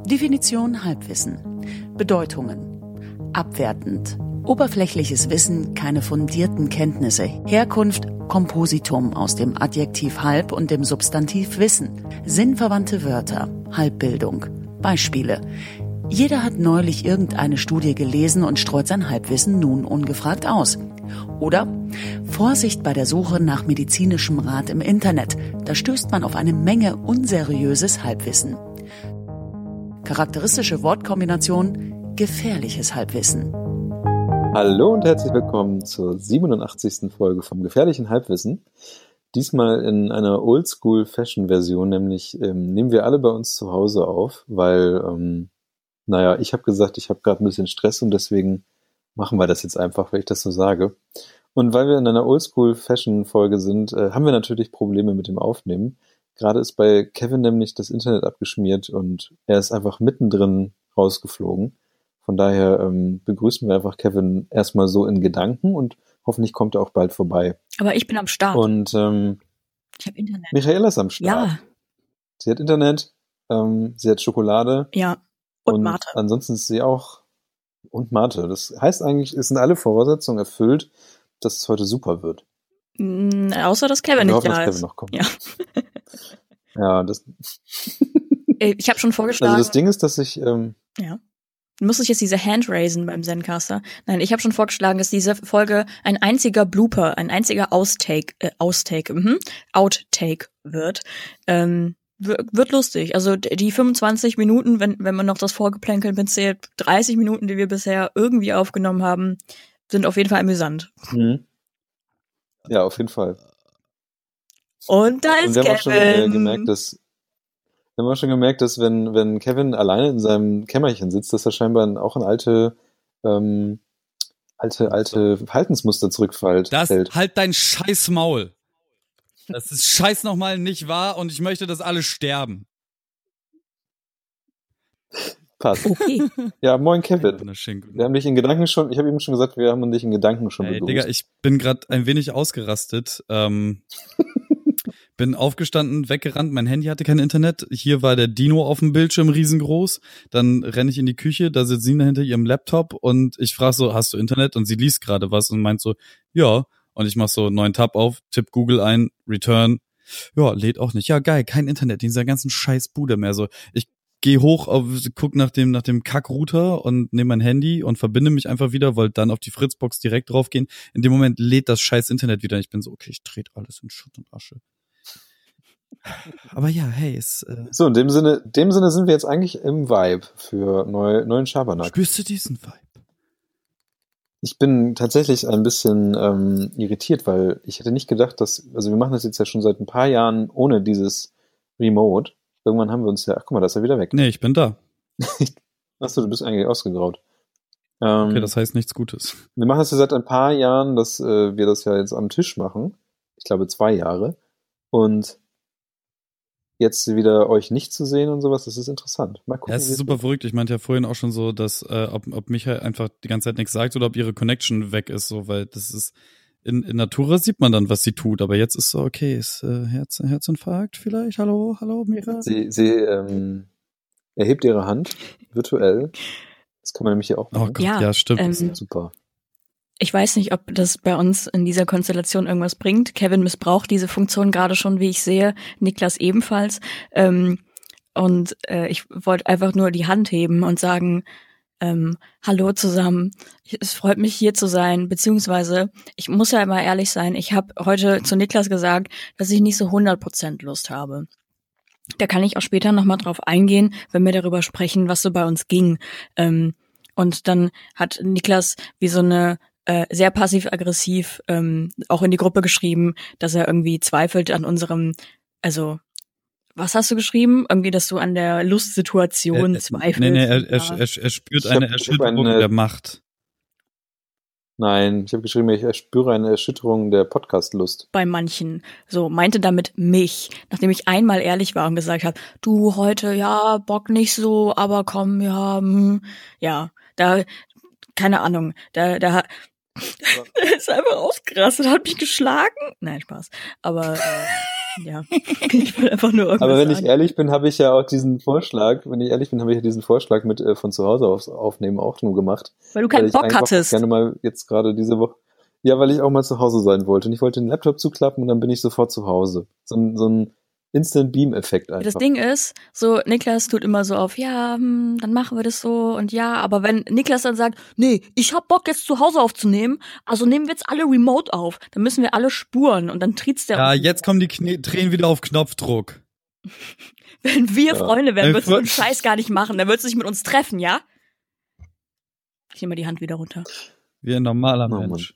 Definition Halbwissen. Bedeutungen: abwertend, oberflächliches Wissen, keine fundierten Kenntnisse. Herkunft: Kompositum aus dem Adjektiv halb und dem Substantiv Wissen. Sinnverwandte Wörter: Halbbildung. Beispiele: Jeder hat neulich irgendeine Studie gelesen und streut sein Halbwissen nun ungefragt aus. Oder: Vorsicht bei der Suche nach medizinischem Rat im Internet. Da stößt man auf eine Menge unseriöses Halbwissen. Charakteristische Wortkombination: gefährliches Halbwissen. Hallo und herzlich willkommen zur 87. Folge vom gefährlichen Halbwissen. Diesmal in einer Oldschool-Fashion-Version, nämlich nehmen wir alle bei uns zu Hause auf, weil, ich habe gesagt, ich habe gerade ein bisschen Stress und deswegen machen wir das jetzt einfach, weil ich das so sage. Und weil wir in einer Oldschool-Fashion-Folge sind, haben wir natürlich Probleme mit dem Aufnehmen. Gerade ist bei Kevin nämlich das Internet abgeschmiert und er ist einfach mittendrin rausgeflogen. Von daher begrüßen wir einfach Kevin erstmal so in Gedanken und hoffentlich kommt er auch bald vorbei. Aber ich bin am Start. Und ich habe Internet. Michaela ist am Start. Ja. Sie hat Internet, sie hat Schokolade. Ja. Und Mate. Ansonsten ist sie auch und Mate. Das heißt eigentlich, es sind alle Voraussetzungen erfüllt, dass es heute super wird. Außer, dass Kevin nicht da ist. Kevin noch kommt. Ja. Ja, das. Ich habe schon vorgeschlagen. Also das Ding ist, dass ich. Ja. Muss ich jetzt diese Hand raisen beim Zencaster? Nein, ich habe schon vorgeschlagen, dass diese Folge ein einziger Blooper, ein einziger Outtake wird. Wird lustig. Also die 25 Minuten, wenn man noch das Vorgeplänkel mitzählt, 30 Minuten, die wir bisher irgendwie aufgenommen haben, sind auf jeden Fall amüsant. Mhm. Ja, auf jeden Fall. Und da ist wir haben Kevin. auch schon gemerkt, dass wenn Kevin alleine in seinem Kämmerchen sitzt, dass er scheinbar auch in alte Verhaltensmuster zurückfällt. Halt dein scheiß Maul. Das ist scheiß nochmal nicht wahr und ich möchte, dass alle sterben. Passt. Okay. Ja, moin Kevin. Wir haben dich in Gedanken schon, ich habe eben schon gesagt, wir haben dich in Gedanken schon begrüßt. Digga, ich bin gerade ein wenig ausgerastet. Bin aufgestanden, weggerannt, mein Handy hatte kein Internet. Hier war der Dino auf dem Bildschirm riesengroß. Dann renne ich in die Küche, da sitzt Sina hinter ihrem Laptop und ich frage so, hast du Internet? Und sie liest gerade was und meint so, ja. Und ich mach so einen neuen Tab auf, tipp Google ein, Return. Ja, lädt auch nicht. Ja, geil, kein Internet in dieser ganzen scheiß Bude mehr. So, ich gehe hoch, guck nach dem Kackrouter und nehme mein Handy und verbinde mich einfach wieder, wollte dann auf die Fritzbox direkt draufgehen. In dem Moment lädt das scheiß Internet wieder. Ich bin so, okay, ich trete alles in Schutt und Asche. Aber ja, hey, So, in dem Sinne sind wir jetzt eigentlich im Vibe für neuen Schabernack. Spürst du diesen Vibe? Ich bin tatsächlich ein bisschen irritiert, weil ich hätte nicht gedacht, wir machen das jetzt ja schon seit ein paar Jahren ohne dieses Remote. Irgendwann haben wir uns guck mal, da ist er wieder weg. Nee, ich bin da. Achso, du bist eigentlich ausgegraut. Okay, das heißt nichts Gutes. Wir machen das ja seit ein paar Jahren, dass wir das ja jetzt am Tisch machen. Ich glaube 2 Jahre. Und jetzt wieder euch nicht zu sehen und sowas, das ist interessant. Mal gucken. Ja, es ist super verrückt. Ich meinte ja vorhin auch schon so, dass ob Michael einfach die ganze Zeit nichts sagt oder ob ihre Connection weg ist, so, weil das ist in Natura sieht man dann, was sie tut, aber jetzt ist so, okay, ist Herzinfarkt vielleicht? Hallo, Mira? Sie erhebt ihre Hand virtuell. Das kann man nämlich hier auch machen. Oh Gott, ja stimmt. Das ist super. Ich weiß nicht, ob das bei uns in dieser Konstellation irgendwas bringt. Kevin missbraucht diese Funktion gerade schon, wie ich sehe. Niklas ebenfalls. Ich wollte einfach nur die Hand heben und sagen, hallo zusammen. Es freut mich, hier zu sein. Beziehungsweise, ich muss ja immer ehrlich sein, ich habe heute zu Niklas gesagt, dass ich nicht so 100% Lust habe. Da kann ich auch später nochmal drauf eingehen, wenn wir darüber sprechen, was so bei uns ging. Und dann hat Niklas wie so eine sehr passiv-aggressiv auch in die Gruppe geschrieben, dass er irgendwie zweifelt an unserem, also was hast du geschrieben? Irgendwie, dass du an der Lustsituation zweifelst. Nee, er spürt eine Erschütterung der Macht. Nein, ich habe geschrieben, ich spüre eine Erschütterung der Podcast-Lust. Bei manchen. So, meinte damit mich, nachdem ich einmal ehrlich war und gesagt habe, du heute, ja, Bock nicht so, aber komm, ja, da, keine Ahnung, da ist einfach ausgerastet, hat mich geschlagen. Nein, Spaß. Aber Ja, ich will einfach nur irgendwas Aber wenn ich sagen. ehrlich bin, habe ich ja auch diesen Vorschlag, mit von zu Hause aus aufnehmen auch nur gemacht. Weil du keinen ich Bock einfach hattest. gerne mal jetzt gerade diese Woche. Ja, weil ich auch mal zu Hause sein wollte. Und ich wollte den Laptop zuklappen und dann bin ich sofort zu Hause. So ein Instant-Beam-Effekt einfach. Das Ding ist, so Niklas tut immer so auf, ja, dann machen wir das so und ja, aber wenn Niklas dann sagt, nee, ich hab Bock jetzt zu Hause aufzunehmen, also nehmen wir jetzt alle remote auf, dann müssen wir alle spuren und dann triezt der. Ja, jetzt kommen die Tränen wieder auf Knopfdruck. Wenn wir Freunde wären, würdest du den Einfach- Scheiß gar nicht machen, dann würdest du dich mit uns treffen, ja? Ich nehme mal die Hand wieder runter. Wie ein normaler Oh, Mensch.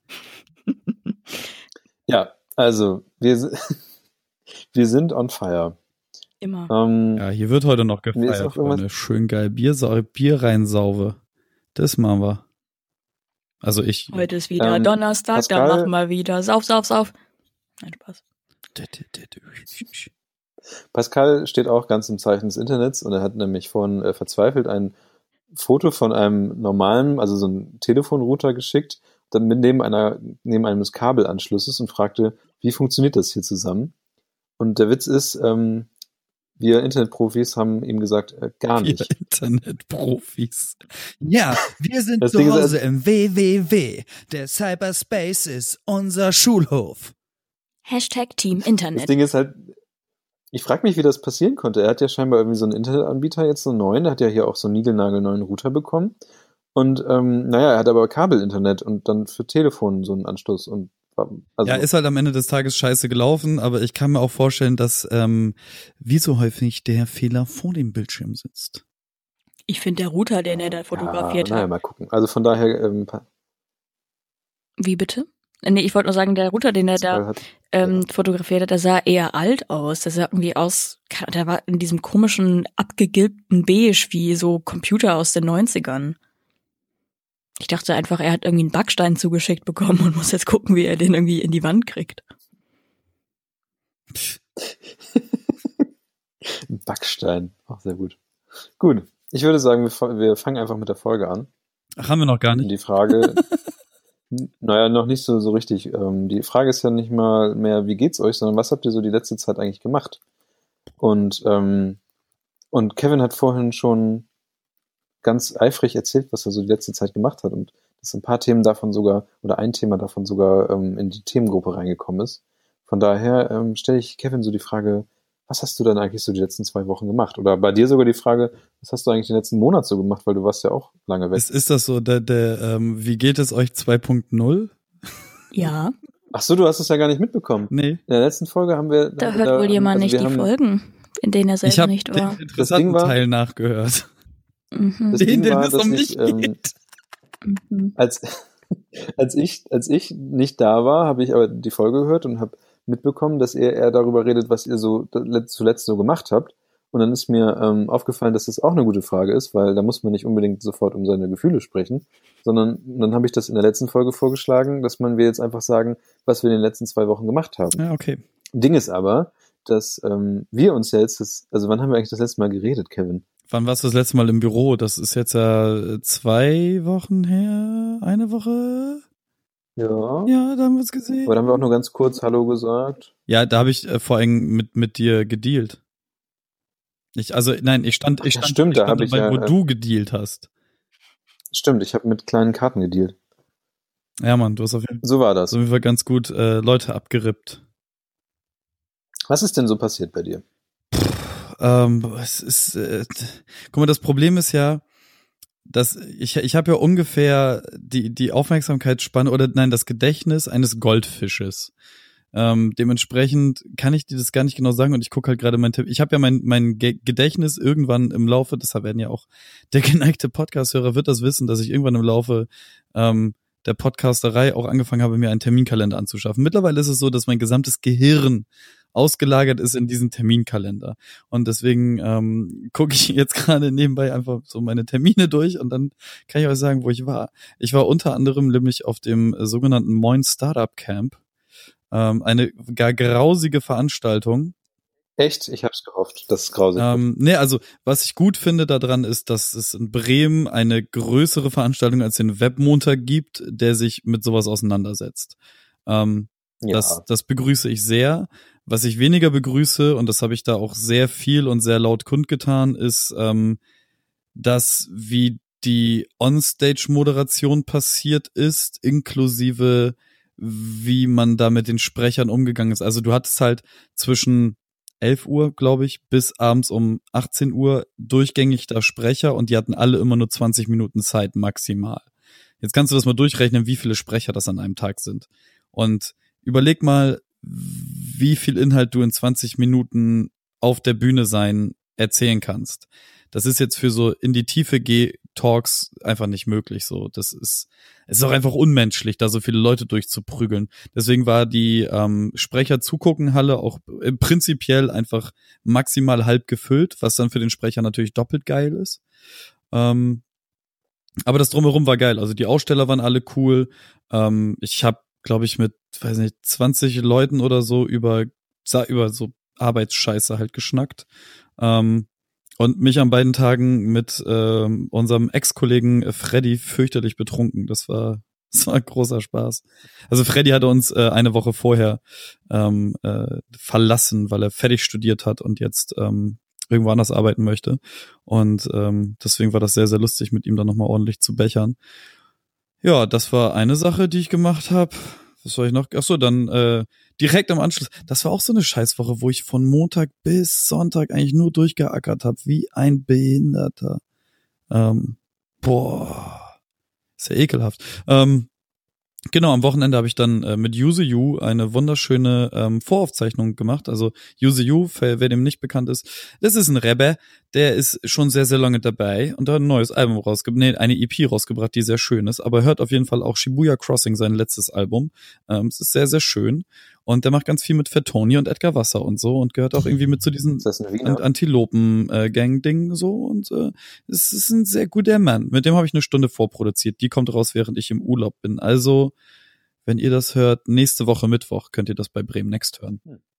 Ja, also wir sind on fire. Immer. Ja, hier wird heute noch Mir ist gefeiert. auch irgendwas- Freunde. Schön geil. Bier reinsauve. Das machen wir. Also ich. Heute ist wieder Donnerstag, Pascal- dann machen wir wieder. Sauf. Nein, Spaß. Pascal steht auch ganz im Zeichen des Internets und er hat nämlich vorhin verzweifelt ein Foto von einem normalen, also so ein Telefonrouter geschickt, dann neben eines Kabelanschlusses und fragte, wie funktioniert das hier zusammen? Und der Witz ist, wir Internetprofis haben ihm gesagt, gar Wir nicht. Internetprofis. Ja, wir sind Das zu Ding ist, Hause im WWW. Der Cyberspace ist unser Schulhof. Hashtag Team Das Internet. Ding ist halt, ich frage mich, wie das passieren konnte. Er hat ja scheinbar irgendwie so einen Internetanbieter jetzt, so einen neuen, der hat ja hier auch so einen niegelnagelneuen Router bekommen. Und er hat aber Kabelinternet und dann für Telefon so einen Anschluss und also, Ja, ist halt am Ende des Tages scheiße gelaufen, aber ich kann mir auch vorstellen, dass wie so häufig der Fehler vor dem Bildschirm sitzt. Ich finde der Router, den er da fotografiert naja, hat. mal gucken. Also von daher, Wie bitte? Nee, ich wollte nur sagen, der Router, den er da hat, fotografiert hat, der sah eher alt aus. Der sah irgendwie aus, der war in diesem komischen, abgegilbten Beige, wie so Computer aus den 90ern. Ich dachte einfach, er hat irgendwie einen Backstein zugeschickt bekommen und muss jetzt gucken, wie er den irgendwie in die Wand kriegt. ein Backstein, auch sehr gut. Gut, ich würde sagen, wir fangen einfach mit der Folge an. Ach, haben wir noch gar Und nicht. die Frage, naja, noch nicht so richtig. Die Frage ist ja nicht mal mehr, wie geht's euch, sondern was habt ihr so die letzte Zeit eigentlich gemacht? Und Kevin hat vorhin schon ganz eifrig erzählt, was er so die letzte Zeit gemacht hat und dass ein paar Themen davon sogar, oder ein Thema davon sogar in die Themengruppe reingekommen ist. Von daher stelle ich Kevin so die Frage, was hast du dann eigentlich so die letzten 2 Wochen gemacht? Oder bei dir sogar die Frage, was hast du eigentlich den letzten Monat so gemacht, weil du warst ja auch lange weg. Ist das so, wie geht es euch 2.0? Ja, Ach so, du hast es ja gar nicht mitbekommen. Nee. In der letzten Folge haben wir... da hört wohl jemand nicht die Folgen, in denen er Ich selber habe nicht den war. interessanten Das Ding war- Teil nachgehört. Mhm. Das Ding Den war, es dass um mich ich, geht. Mhm. als ich nicht da war, habe ich aber die Folge gehört und habe mitbekommen, dass er darüber redet, was ihr so zuletzt so gemacht habt. Und dann ist mir aufgefallen, dass das auch eine gute Frage ist, weil da muss man nicht unbedingt sofort um seine Gefühle sprechen, sondern dann habe ich das in der letzten Folge vorgeschlagen, dass wir jetzt einfach sagen, was wir in den letzten 2 Wochen gemacht haben. Ja, okay. Ding ist aber, dass wir uns ja jetzt, also wann haben wir eigentlich das letzte Mal geredet, Kevin? Wann warst du das letzte Mal im Büro? Das ist jetzt ja 2 Wochen her? 1 Woche? Ja. Ja, da haben wir es gesehen. Aber da haben wir auch nur ganz kurz Hallo gesagt. Ja, da habe ich vor allem mit dir gedealt. Ich stand stimmt, da hab ich dabei, ja, wo du gedealt hast. Stimmt, ich habe mit kleinen Karten gedealt. Ja, Mann, du hast auf So war das. jeden Fall ganz gut Leute abgerippt. Was ist denn so passiert bei dir? Es ist, guck mal, das Problem ist ja, dass ich habe ja ungefähr die Aufmerksamkeitsspanne oder nein, das Gedächtnis eines Goldfisches. Dementsprechend kann ich dir das gar nicht genau sagen und ich gucke halt gerade ich habe ja mein Gedächtnis irgendwann im Laufe, deshalb werden ja auch der geneigte Podcast-Hörer wird das wissen, dass ich irgendwann im Laufe der Podcasterei auch angefangen habe, mir einen Terminkalender anzuschaffen. Mittlerweile ist es so, dass mein gesamtes Gehirn ausgelagert ist in diesen Terminkalender. Und deswegen gucke ich jetzt gerade nebenbei einfach so meine Termine durch und dann kann ich euch sagen, wo ich war. Ich war unter anderem nämlich auf dem sogenannten Moin Startup Camp. Eine gar grausige Veranstaltung. Echt? Ich hab's gehofft, dass es grausig wird. Nee, also was ich gut finde daran ist, dass es in Bremen eine größere Veranstaltung als den Webmontag gibt, der sich mit sowas auseinandersetzt. Ja. Das begrüße ich sehr. Was ich weniger begrüße, und das habe ich da auch sehr viel und sehr laut kundgetan, ist, dass wie die On-Stage-Moderation passiert ist, inklusive wie man da mit den Sprechern umgegangen ist. Also du hattest halt zwischen 11 Uhr, glaube ich, bis abends um 18 Uhr durchgängig da Sprecher und die hatten alle immer nur 20 Minuten Zeit maximal. Jetzt kannst du das mal durchrechnen, wie viele Sprecher das an einem Tag sind. Und überleg mal, wie viel Inhalt du in 20 Minuten auf der Bühne erzählen kannst. Das ist jetzt für so in die Tiefe Talks einfach nicht möglich. So, es ist auch einfach unmenschlich, da so viele Leute durchzuprügeln. Deswegen war die Sprecher-Zugucken-Halle auch prinzipiell einfach maximal halb gefüllt, was dann für den Sprecher natürlich doppelt geil ist. Aber das Drumherum war geil. Also die Aussteller waren alle cool. Ich habe, glaube ich, mit 20 Leuten oder so über so Arbeitsscheiße halt geschnackt. Und mich an beiden Tagen mit unserem Ex-Kollegen Freddy fürchterlich betrunken. Das war großer Spaß. Also Freddy hatte uns eine Woche vorher verlassen, weil er fertig studiert hat und jetzt irgendwo anders arbeiten möchte. Und deswegen war das sehr, sehr lustig, mit ihm dann nochmal ordentlich zu bechern. Ja, das war eine Sache, die ich gemacht habe. Was soll ich noch? Achso, dann direkt am Anschluss. Das war auch so eine Scheißwoche, wo ich von Montag bis Sonntag eigentlich nur durchgeackert habe, wie ein Behinderter. Ist ja ekelhaft. Genau, am Wochenende habe ich dann mit Use You eine wunderschöne Voraufzeichnung gemacht. Also Use You, wer dem nicht bekannt ist, das ist ein Rapper, der ist schon sehr, sehr lange dabei und da ein neues Album eine EP rausgebracht, die sehr schön ist. Aber hört auf jeden Fall auch Shibuya Crossing, sein letztes Album. Es ist sehr, sehr schön. Und der macht ganz viel mit Fettoni und Edgar Wasser und so und gehört auch irgendwie mit zu diesen Antilopen-Gang-Ding so. Und es ist ein sehr guter Mann. Mit dem habe ich eine Stunde vorproduziert. Die kommt raus, während ich im Urlaub bin. Also, wenn ihr das hört, nächste Woche Mittwoch könnt ihr das bei Bremen Next hören.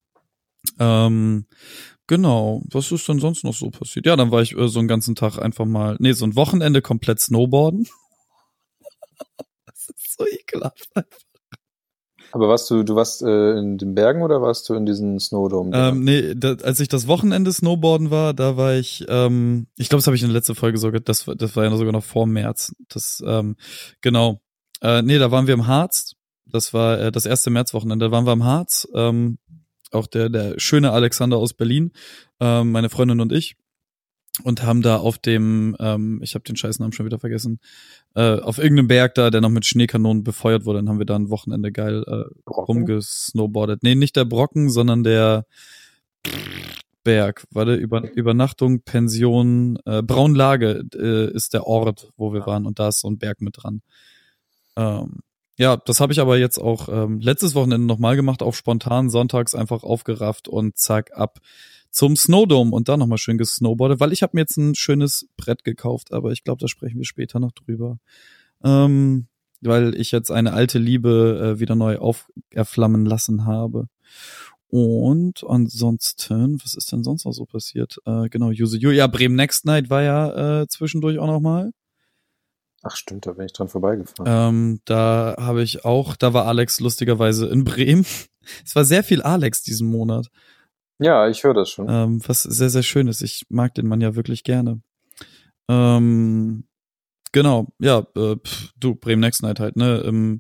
Genau. Was ist denn sonst noch so passiert? Ja, dann war ich so einen ganzen Tag einfach mal, so ein Wochenende komplett Snowboarden. Das ist so ekelhaft einfach. Aber du warst in den Bergen oder warst du in diesen Snowdome? Als ich das Wochenende Snowboarden war, da war ich glaube, das habe ich in der letzten Folge sogar, das war ja sogar noch vor März. Genau. Da waren wir im Harz. Das war das erste Märzwochenende. Da waren wir im Harz. Auch der schöne Alexander aus Berlin, meine Freundin und ich. Und haben da auf dem, ich habe den Scheißnamen schon wieder vergessen, auf irgendeinem Berg da, der noch mit Schneekanonen befeuert wurde, dann haben wir da ein Wochenende geil rumgesnowboardet. Nee, nicht der Brocken, sondern der Berg. Warte, Übernachtung, Pension, Braunlage ist der Ort, wo wir waren und da ist so ein Berg mit dran. Ja, das habe ich aber jetzt auch letztes Wochenende nochmal gemacht, auf spontan, sonntags einfach aufgerafft und zack, ab zum Snowdome und da nochmal schön gesnowboardet, weil ich habe mir jetzt ein schönes Brett gekauft, aber ich glaube, da sprechen wir später noch drüber. Weil ich jetzt eine alte Liebe wieder neu erflammen lassen habe. Und ansonsten, was ist denn sonst noch so passiert? Genau, Use You. Ja, Bremen Next Night war ja zwischendurch auch nochmal. Ach stimmt, da bin ich dran vorbeigefahren. Da war Alex lustigerweise in Bremen. Es war sehr viel Alex diesen Monat. Ja, ich höre das schon. Was sehr, sehr schön ist. Ich mag den Mann ja wirklich gerne. Genau, ja, du, Bremen Next Night halt, ne?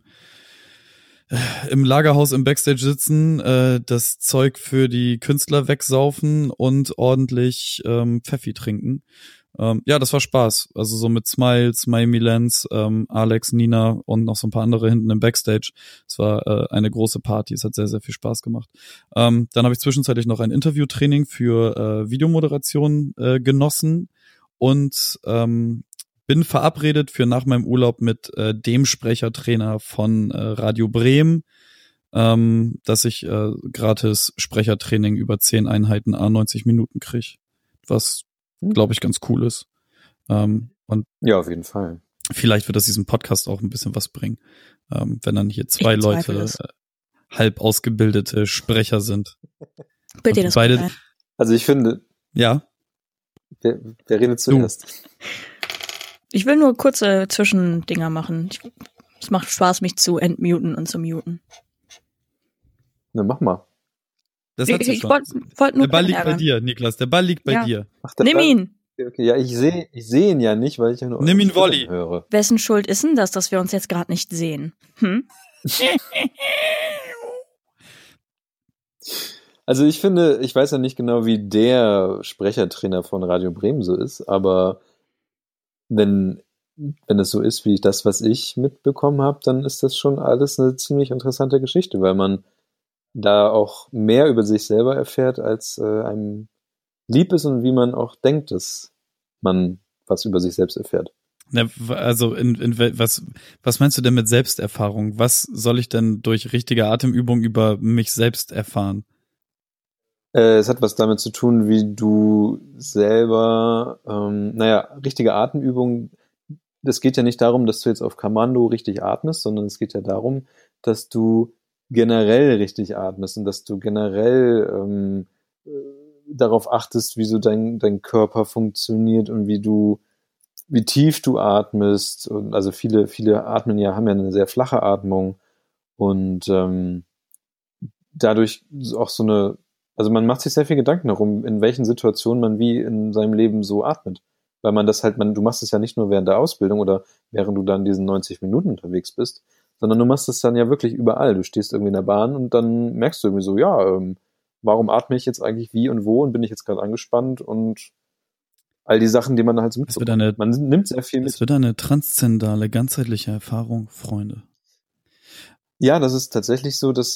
Im Lagerhaus im Backstage sitzen, das Zeug für die Künstler wegsaufen und ordentlich Pfeffi trinken. Ja, das war Spaß. Also so mit Smiles, Miami Lens, Alex, Nina und noch so ein paar andere hinten im Backstage. Es war eine große Party. Es hat sehr, sehr viel Spaß gemacht. Dann habe ich zwischenzeitlich noch ein Interviewtraining für Videomoderation genossen und bin verabredet für nach meinem Urlaub mit dem Sprechertrainer von Radio Bremen, dass ich gratis Sprechertraining über 10 Einheiten 90 Minuten kriege. Was glaube ich, ganz cool ist. Und ja, auf jeden Fall. Vielleicht wird das diesem Podcast auch ein bisschen was bringen, wenn dann hier zwei Leute halb ausgebildete Sprecher sind. Bitte das beide. Also ich finde. Ja. Wer redet zuerst? Ich will nur kurze Zwischendinger machen. Es macht Spaß, mich zu entmuten und zu muten. Na, mach mal. Das hat sie Ich schon. wollte nur Der Ball keinen liegt bei ärgern. dir, Niklas. Der Ball liegt bei Ja. dir. Ach, Nimm ihn! Okay, ja, ich sehe ihn ja nicht, weil ich ja nur Nimm ihn Stimmen Volley. höre. Wessen Schuld ist denn das, dass wir uns jetzt gerade nicht sehen? Hm? Also ich finde, ich weiß ja nicht genau, wie der Sprechertrainer von Radio Bremen so ist, aber wenn es so ist wie das, was ich mitbekommen habe, dann ist das schon alles eine ziemlich interessante Geschichte, weil man da auch mehr über sich selber erfährt, als einem lieb ist und wie man auch denkt, dass man was über sich selbst erfährt. Na, also was meinst du denn mit Selbsterfahrung? Was soll ich denn durch richtige Atemübung über mich selbst erfahren? Es hat was damit zu tun, wie du selber, richtige Atemübungen, das geht ja nicht darum, dass du jetzt auf Kommando richtig atmest, sondern es geht ja darum, dass du generell richtig atmest und dass du generell darauf achtest, wie so dein Körper funktioniert und wie tief du atmest. Und also viele haben ja eine sehr flache Atmung und dadurch auch so eine, also man macht sich sehr viel Gedanken darum, in welchen Situationen man wie in seinem Leben so atmet. Weil man das halt, du machst es ja nicht nur während der Ausbildung oder während du dann diesen 90 Minuten unterwegs bist, sondern du machst es dann ja wirklich überall. Du stehst irgendwie in der Bahn und dann merkst du irgendwie so, ja, warum atme ich jetzt eigentlich wie und wo und bin ich jetzt gerade angespannt und all die Sachen, die man halt so mitbekommt. Man nimmt sehr viel mit. Das wird eine transzendale, ganzheitliche Erfahrung, Freunde. Ja, das ist tatsächlich so, dass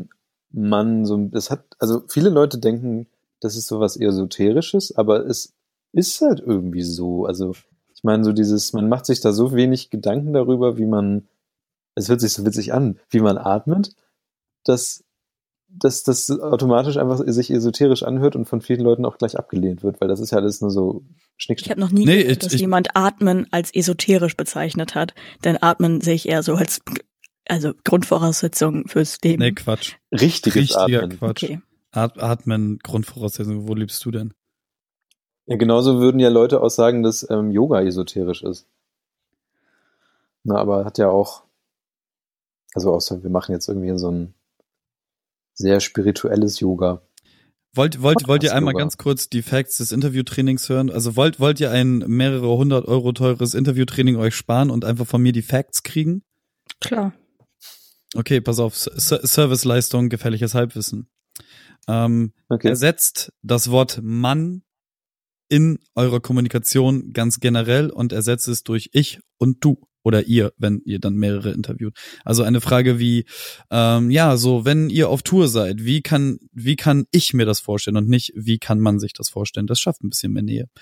also viele Leute denken, das ist sowas Esoterisches, aber es ist halt irgendwie so. Also ich meine, so man macht sich da so wenig Gedanken darüber, es hört sich so witzig an, wie man atmet, dass das automatisch einfach sich esoterisch anhört und von vielen Leuten auch gleich abgelehnt wird, weil das ist ja alles nur so Schnickschnack. Ich habe noch nie gehört, dass jemand Atmen als esoterisch bezeichnet hat, denn Atmen sehe ich eher so als Grundvoraussetzung fürs Leben. Nee, Quatsch. Richtiger Atmen. Quatsch. Okay. Atmen, Grundvoraussetzung. Wo lebst du denn? Ja, genauso würden ja Leute auch sagen, dass Yoga esoterisch ist. Na, aber hat ja auch, also außer wir machen jetzt irgendwie so ein sehr spirituelles Yoga. Wollt ihr einmal ganz kurz die Facts des Interviewtrainings hören? Also wollt ihr ein mehrere 100 € teures Interviewtraining euch sparen und einfach von mir die Facts kriegen? Klar. Okay, pass auf. Serviceleistung, gefährliches Halbwissen. Okay. Ersetzt das Wort Mann in eurer Kommunikation ganz generell und ersetzt es durch ich und du oder ihr, wenn ihr dann mehrere interviewt. Also eine Frage wie, wenn ihr auf Tour seid, wie kann ich mir das vorstellen und nicht, wie kann man sich das vorstellen? Das schafft ein bisschen mehr Nähe.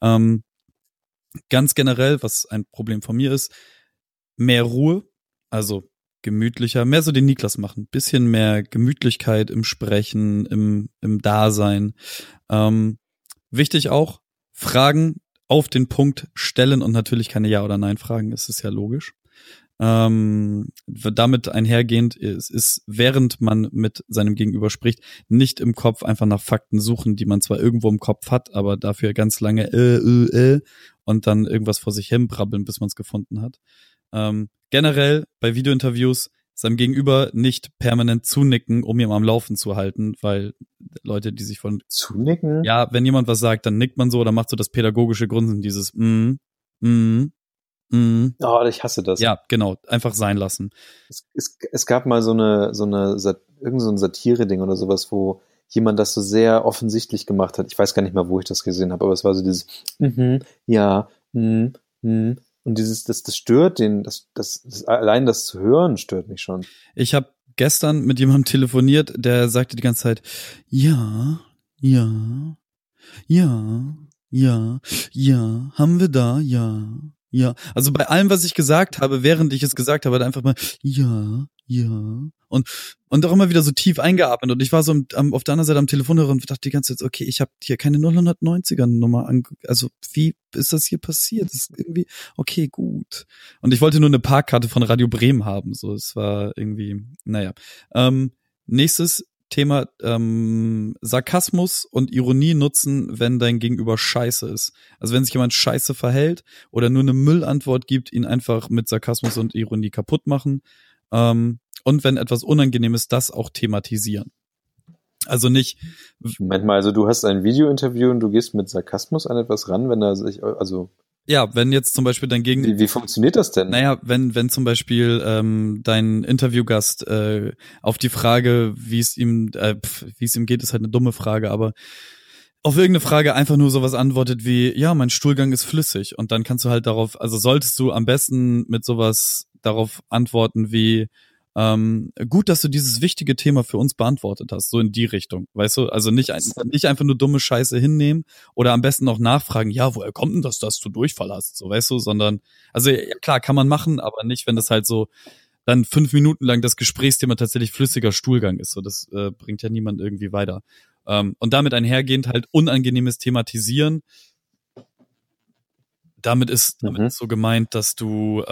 Ganz generell, was ein Problem von mir ist, mehr Ruhe, also gemütlicher, mehr so den Niklas machen, bisschen mehr Gemütlichkeit im Sprechen, im Dasein. Wichtig auch, Fragen auf den Punkt stellen und natürlich keine Ja- oder Nein-Fragen, das ist ja logisch. Damit einhergehend ist, während man mit seinem Gegenüber spricht, nicht im Kopf einfach nach Fakten suchen, die man zwar irgendwo im Kopf hat, aber dafür ganz lange und dann irgendwas vor sich hin brabbeln, bis man es gefunden hat. Generell bei Videointerviews seinem Gegenüber nicht permanent zunicken, um ihn am Laufen zu halten, weil Leute, die sich von... Zunicken? Ja, wenn jemand was sagt, dann nickt man so oder macht so das pädagogische Grunzen, dieses Oh, ich hasse das. Ja, genau, einfach sein lassen. Es gab mal irgend so ein Satire-Ding oder sowas, wo jemand das so sehr offensichtlich gemacht hat. Ich weiß gar nicht mal, wo ich das gesehen habe, aber es war so dieses und das stört allein das zu hören stört mich schon. Ich habe gestern mit jemandem telefoniert, der sagte die ganze Zeit, ja, haben wir da, ja. Also bei allem, was ich gesagt habe, während ich es gesagt habe, hat er einfach mal, ja. Und auch immer wieder so tief eingeatmet. Und ich war so auf der anderen Seite am Telefonhörer und dachte die ganze Zeit, okay, ich habe hier keine 090er-Nummer also wie ist das hier passiert? Das ist irgendwie, okay, gut. Und ich wollte nur eine Parkkarte von Radio Bremen haben. So, es war irgendwie, naja. Nächstes Thema, Sarkasmus und Ironie nutzen, wenn dein Gegenüber scheiße ist. Also wenn sich jemand scheiße verhält oder nur eine Müllantwort gibt, ihn einfach mit Sarkasmus und Ironie kaputt machen. Und wenn etwas unangenehm ist, das auch thematisieren. Also nicht. Moment mal, also du hast ein Video-Interview und du gehst mit Sarkasmus an etwas ran, wenn er sich, also. Ja, wenn jetzt zum Beispiel dein Gegenüber. Wie funktioniert das denn? Naja, wenn zum Beispiel dein Interviewgast auf die Frage, wie es ihm geht, ist halt eine dumme Frage, aber auf irgendeine Frage einfach nur sowas antwortet wie, ja, mein Stuhlgang ist flüssig. Und dann kannst du halt darauf, also solltest du am besten mit sowas darauf antworten wie, gut, dass du dieses wichtige Thema für uns beantwortet hast, so in die Richtung, weißt du? Also nicht einfach nur dumme Scheiße hinnehmen oder am besten auch nachfragen, ja, woher kommt denn das, dass du Durchfall hast, so, weißt du? Sondern, also ja, klar, kann man machen, aber nicht, wenn das halt so dann 5 Minuten lang das Gesprächsthema tatsächlich flüssiger Stuhlgang ist. So, das bringt ja niemand irgendwie weiter. Und damit einhergehend halt unangenehmes Thematisieren. Damit ist so gemeint, dass du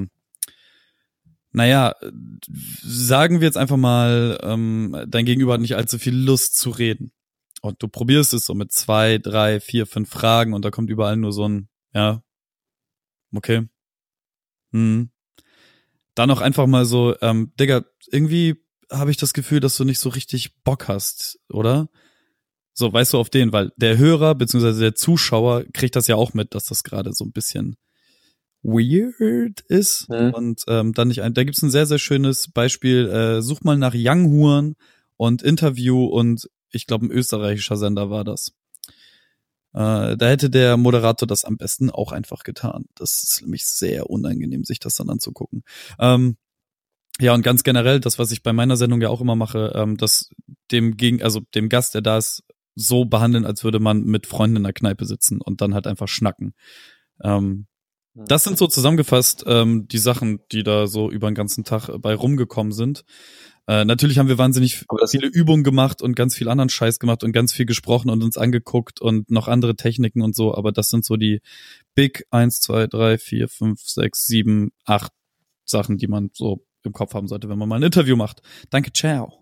sagen wir jetzt einfach mal, dein Gegenüber hat nicht allzu viel Lust zu reden. Und du probierst es so mit 2, 3, 4, 5 Fragen und da kommt überall nur so ein, ja, okay. Dann auch einfach mal so, Digga, irgendwie habe ich das Gefühl, dass du nicht so richtig Bock hast, oder? So, weißt du, auf den, weil der Hörer bzw. der Zuschauer kriegt das ja auch mit, dass das gerade so ein bisschen weird ist. Und dann nicht da gibt's ein sehr, sehr schönes Beispiel. Such mal nach Young Huren und Interview und ich glaube, ein österreichischer Sender war das. Da hätte der Moderator das am besten auch einfach getan. Das ist nämlich sehr unangenehm, sich das dann anzugucken. Ja, und ganz generell, das, was ich bei meiner Sendung ja auch immer mache, das dem Gast, der da ist, so behandeln, als würde man mit Freunden in der Kneipe sitzen und dann halt einfach schnacken. Das sind so zusammengefasst die Sachen, die da so über den ganzen Tag bei rumgekommen sind. Natürlich haben wir wahnsinnig viele Übungen gemacht und ganz viel anderen Scheiß gemacht und ganz viel gesprochen und uns angeguckt und noch andere Techniken und so, aber das sind so die Big 1, 2, 3, 4, 5, 6, 7, 8 Sachen, die man so im Kopf haben sollte, wenn man mal ein Interview macht. Danke, ciao.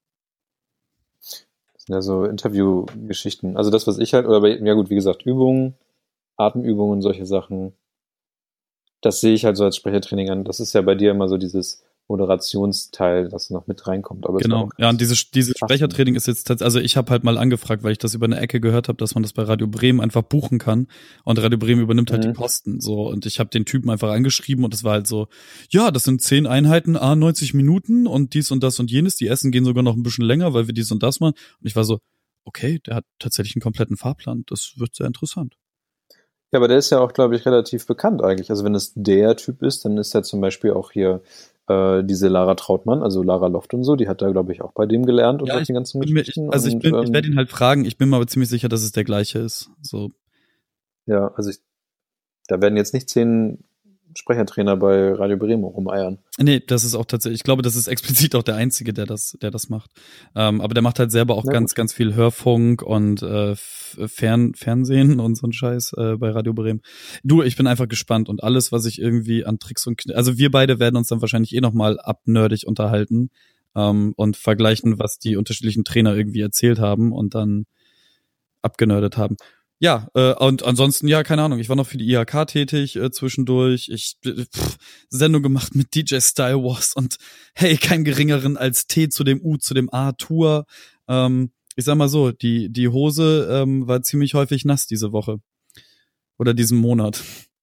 Das sind ja so Interviewgeschichten. Also das, was ich halt, ja gut, wie gesagt, Übungen, Atemübungen, solche Sachen, das sehe ich halt so als Sprechertraining an. Das ist ja bei dir immer so dieses Moderationsteil, das noch mit reinkommt. Aber genau, ja, und dieses Sprechertraining ist jetzt tatsächlich, also ich habe halt mal angefragt, weil ich das über eine Ecke gehört habe, dass man das bei Radio Bremen einfach buchen kann und Radio Bremen übernimmt halt die Kosten, so, und ich habe den Typen einfach angeschrieben und es war halt so, ja, das sind 10 Einheiten, 90 Minuten und dies und das und jenes, die Essen gehen sogar noch ein bisschen länger, weil wir dies und das machen, und ich war so, okay, der hat tatsächlich einen kompletten Fahrplan, das wird sehr interessant. Ja, aber der ist ja auch, glaube ich, relativ bekannt eigentlich, also wenn es der Typ ist, dann ist ja zum Beispiel auch hier diese Lara Trautmann, also Lara Loft und so, die hat da, glaube ich, auch bei dem gelernt und den ganzen Geschichten. Ich werde ihn halt fragen, ich bin mir aber ziemlich sicher, dass es der gleiche ist. So. Ja, also da werden jetzt nicht 10 Sprechertrainer bei Radio Bremen rumeiern. Nee, das ist auch tatsächlich, ich glaube, das ist explizit auch der Einzige, der das macht. Aber der macht halt selber auch ganz viel Hörfunk und Fernsehen und so ein Scheiß bei Radio Bremen. Du, ich bin einfach gespannt und alles, was ich irgendwie an Tricks also wir beide werden uns dann wahrscheinlich nochmal abnerdig unterhalten und vergleichen, was die unterschiedlichen Trainer irgendwie erzählt haben und dann abgenördet haben. Ja, und ansonsten, ja, keine Ahnung, ich war noch für die IHK tätig zwischendurch, Sendung gemacht mit DJ Style Wars und hey, kein geringeren als T zu dem U zu dem A Tour. Ich sag mal so, die Hose war ziemlich häufig nass diese Woche oder diesen Monat.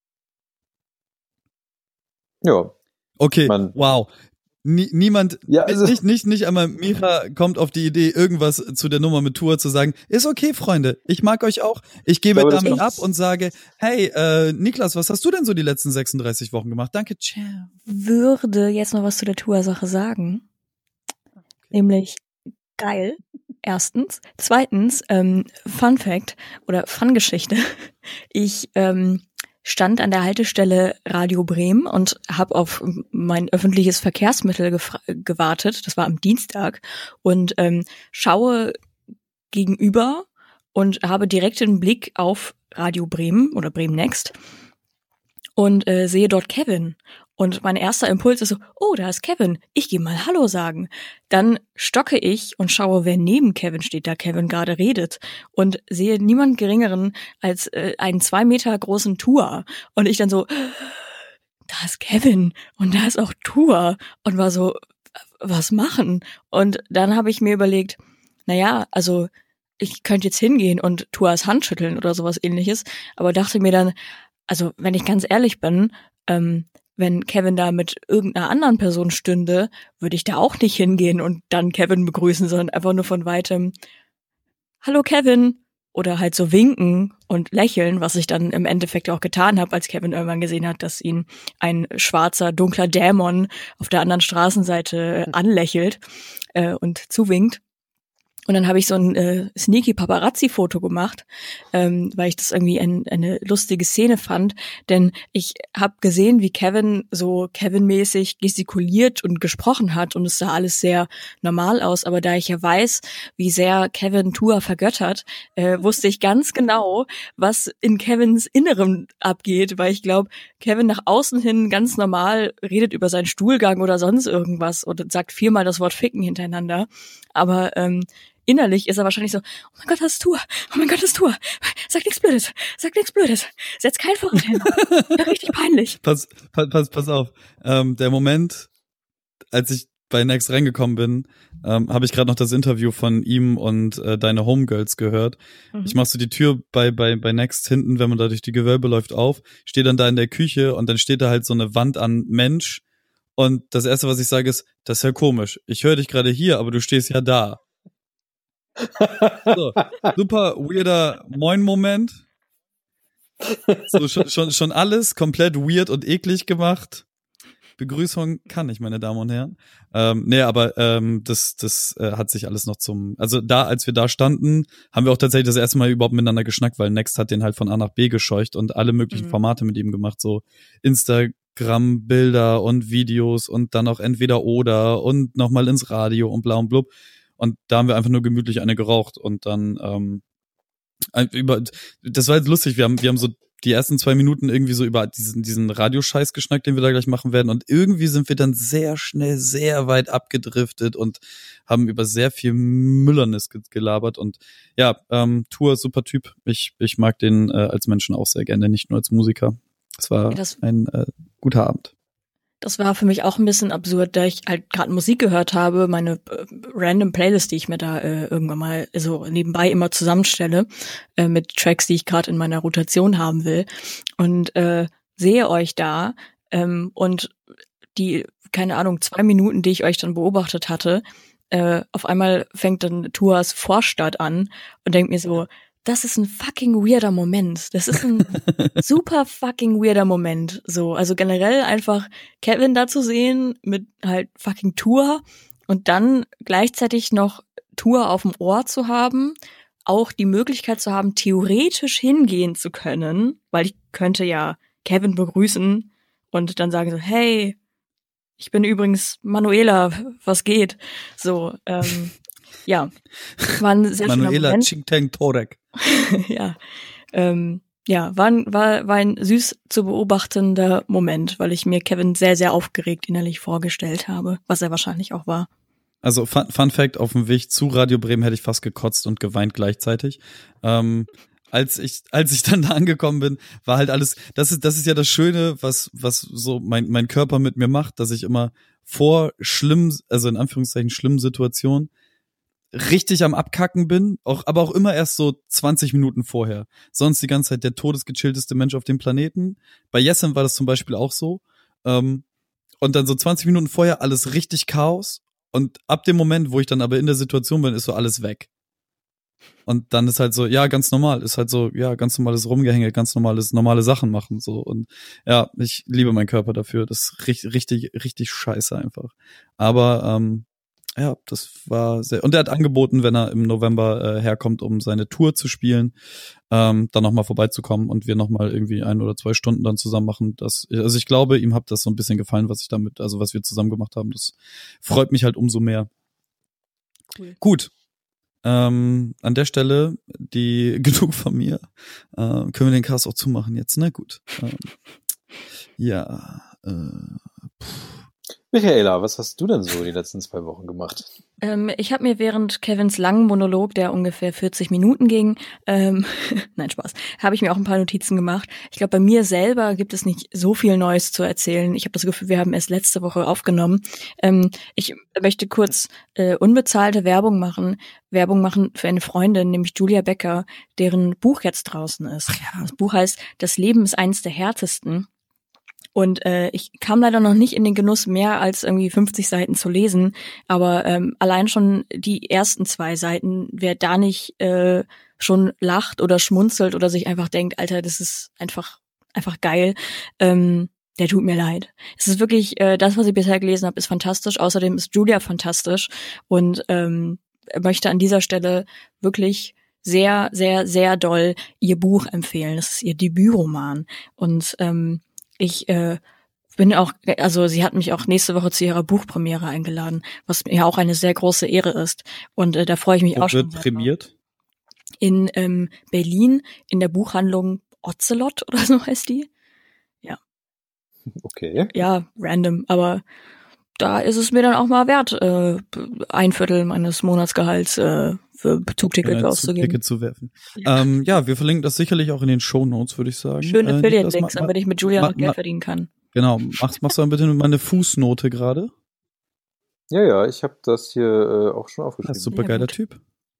Ja. Okay, wow. Niemand, ja, also nicht einmal Mira kommt auf die Idee, irgendwas zu der Nummer mit Tour zu sagen. Ist okay, Freunde. Ich mag euch auch. Ich gebe damit ab und sage, hey, Niklas, was hast du denn so die letzten 36 Wochen gemacht? Danke, ciao. Würde jetzt noch was zu der Tour-Sache sagen. Okay. Nämlich geil. Erstens. Zweitens, Fun Fact oder Fun-Geschichte. Ich stand an der Haltestelle Radio Bremen und habe auf mein öffentliches Verkehrsmittel gewartet. Das war am Dienstag und schaue gegenüber und habe direkt den Blick auf Radio Bremen oder Bremen Next und sehe dort Kevin. Und mein erster Impuls ist so, oh, da ist Kevin, ich gehe mal Hallo sagen. Dann stocke ich und schaue, wer neben Kevin steht, da Kevin gerade redet. Und sehe niemand Geringeren als einen 2 Meter großen Tour. Und ich dann so, da ist Kevin und da ist auch Tour. Und war so, was machen? Und dann habe ich mir überlegt, naja, also ich könnte jetzt hingehen und Tuas Hand schütteln oder sowas ähnliches, aber dachte mir dann, also wenn ich ganz ehrlich bin, wenn Kevin da mit irgendeiner anderen Person stünde, würde ich da auch nicht hingehen und dann Kevin begrüßen, sondern einfach nur von weitem, hallo Kevin, oder halt so winken und lächeln, was ich dann im Endeffekt auch getan habe, als Kevin irgendwann gesehen hat, dass ihn ein schwarzer, dunkler Dämon auf der anderen Straßenseite anlächelt und zuwinkt. Und dann habe ich so ein sneaky Paparazzi-Foto gemacht, weil ich das irgendwie eine lustige Szene fand. Denn ich habe gesehen, wie Kevin so Kevin-mäßig gestikuliert und gesprochen hat und es sah alles sehr normal aus. Aber da ich ja weiß, wie sehr Kevin Tua vergöttert, wusste ich ganz genau, was in Kevins Innerem abgeht. Weil ich glaube, Kevin nach außen hin ganz normal redet über seinen Stuhlgang oder sonst irgendwas und sagt 4-mal das Wort Ficken hintereinander. Aber innerlich ist er wahrscheinlich so, oh mein Gott, das ist Tua, oh mein Gott, das ist Tua, sag nichts Blödes, setz kein Vorrat hin, ja, richtig peinlich. Pass auf, der Moment, als ich bei Next reingekommen bin, habe ich gerade noch das Interview von ihm und deine Homegirls gehört. Ich mach so die Tür bei Next hinten, wenn man da durch die Gewölbe läuft, auf, stehe dann da in der Küche und dann steht da halt so eine Wand an Mensch und das Erste, was ich sage, ist, das ist ja komisch, ich höre dich gerade hier, aber du stehst ja da. So, super weirder Moin-Moment. So, schon alles komplett weird und eklig gemacht. Begrüßung kann ich, meine Damen und Herren. Das hat sich alles noch also da, als wir da standen, haben wir auch tatsächlich das erste Mal überhaupt miteinander geschnackt, weil Next hat den halt von A nach B gescheucht und alle möglichen Formate mit ihm gemacht, so Instagram-Bilder und Videos und dann auch entweder oder und nochmal ins Radio und bla und blub. Und da haben wir einfach nur gemütlich eine geraucht und dann das war jetzt lustig, wir haben so die ersten 2 Minuten irgendwie so über diesen Radioscheiß geschnackt, den wir da gleich machen werden und irgendwie sind wir dann sehr schnell sehr weit abgedriftet und haben über sehr viel Müllernis gelabert und ja, Tua, super Typ, ich mag den als Menschen auch sehr gerne, nicht nur als Musiker. Es war ein guter Abend. Das war für mich auch ein bisschen absurd, da ich halt gerade Musik gehört habe, meine random Playlist, die ich mir da irgendwann mal so nebenbei immer zusammenstelle, mit Tracks, die ich gerade in meiner Rotation haben will und sehe euch da und die, keine Ahnung, 2 Minuten, die ich euch dann beobachtet hatte, auf einmal fängt dann Tuas Vorstadt an und denkt mir so, das ist ein fucking weirder Moment. Das ist ein super fucking weirder Moment. So, also generell einfach Kevin da zu sehen mit halt fucking Tua und dann gleichzeitig noch Tua auf dem Ohr zu haben, auch die Möglichkeit zu haben, theoretisch hingehen zu können, weil ich könnte ja Kevin begrüßen und dann sagen so, hey, ich bin übrigens Manuela, was geht? So, ja, war ein sehr Manuela Ching-Tang Torek. Ja, war ein süß zu beobachtender Moment, weil ich mir Kevin sehr, sehr aufgeregt innerlich vorgestellt habe, was er wahrscheinlich auch war. Also Fun Fact, auf dem Weg zu Radio Bremen hätte ich fast gekotzt und geweint gleichzeitig. Als ich dann da angekommen bin, war halt alles, das ist ja das Schöne, was so mein Körper mit mir macht, dass ich immer vor schlimmen, also in Anführungszeichen schlimmen Situationen richtig am Abkacken bin, aber auch immer erst so 20 Minuten vorher. Sonst die ganze Zeit der todesgechillteste Mensch auf dem Planeten. Bei Jessen war das zum Beispiel auch so. Und dann so 20 Minuten vorher alles richtig Chaos. Und ab dem Moment, wo ich dann aber in der Situation bin, ist so alles weg. Und dann ist halt so, ja, ganz normal. Ist halt so, ja, ganz normales Rumgehänge, ganz normale Sachen machen. So. Und ja, ich liebe meinen Körper dafür. Das ist richtig scheiße einfach. Aber ja, das war sehr. Und er hat angeboten, wenn er im November herkommt, um seine Tour zu spielen, dann nochmal vorbeizukommen und wir nochmal irgendwie 1 oder 2 Stunden dann zusammen machen. Also ich glaube, ihm hat das so ein bisschen gefallen, was wir zusammen gemacht haben. Das freut mich halt umso mehr. Cool. Gut. An der Stelle, genug von mir. Können wir den Cast auch zumachen jetzt? Na gut. Ja. Michaela, was hast du denn so die letzten 2 Wochen gemacht? Ich habe mir während Kevins langen Monolog, der ungefähr 40 Minuten ging, nein, Spaß, habe ich mir auch ein paar Notizen gemacht. Ich glaube, bei mir selber gibt es nicht so viel Neues zu erzählen. Ich habe das Gefühl, wir haben erst letzte Woche aufgenommen. Ich möchte kurz unbezahlte Werbung machen für eine Freundin, nämlich Julia Becker, deren Buch jetzt draußen ist. Ja. Das Buch heißt Das Leben ist eins der härtesten. Und ich kam leider noch nicht in den Genuss, mehr als irgendwie 50 Seiten zu lesen, aber allein schon die ersten 2 Seiten, wer da nicht schon lacht oder schmunzelt oder sich einfach denkt, Alter, das ist einfach geil, der tut mir leid. Es ist wirklich, das, was ich bisher gelesen habe, ist fantastisch. Außerdem ist Julia fantastisch und möchte an dieser Stelle wirklich sehr, sehr, sehr doll ihr Buch empfehlen. Das ist ihr Debütroman und ich bin auch, also sie hat mich auch nächste Woche zu ihrer Buchpremiere eingeladen, was mir auch eine sehr große Ehre ist. Und da freue ich mich auch schon. Wird prämiert? In Berlin in der Buchhandlung Ocelot oder so heißt die. Ja. Okay. Ja, random, aber da ist es mir dann auch mal wert, 1/4 meines Monatsgehalts für Zugticket auszugeben. Ticket zu werfen. Ja, wir verlinken das sicherlich auch in den Shownotes, würde ich sagen. Schöne Affiliate-Links, damit ich mit Julia noch Geld verdienen kann. Genau. Machst du dann bitte mal eine Fußnote gerade? Ja, ich habe das hier auch schon aufgeschrieben. Das ist super geiler Typ.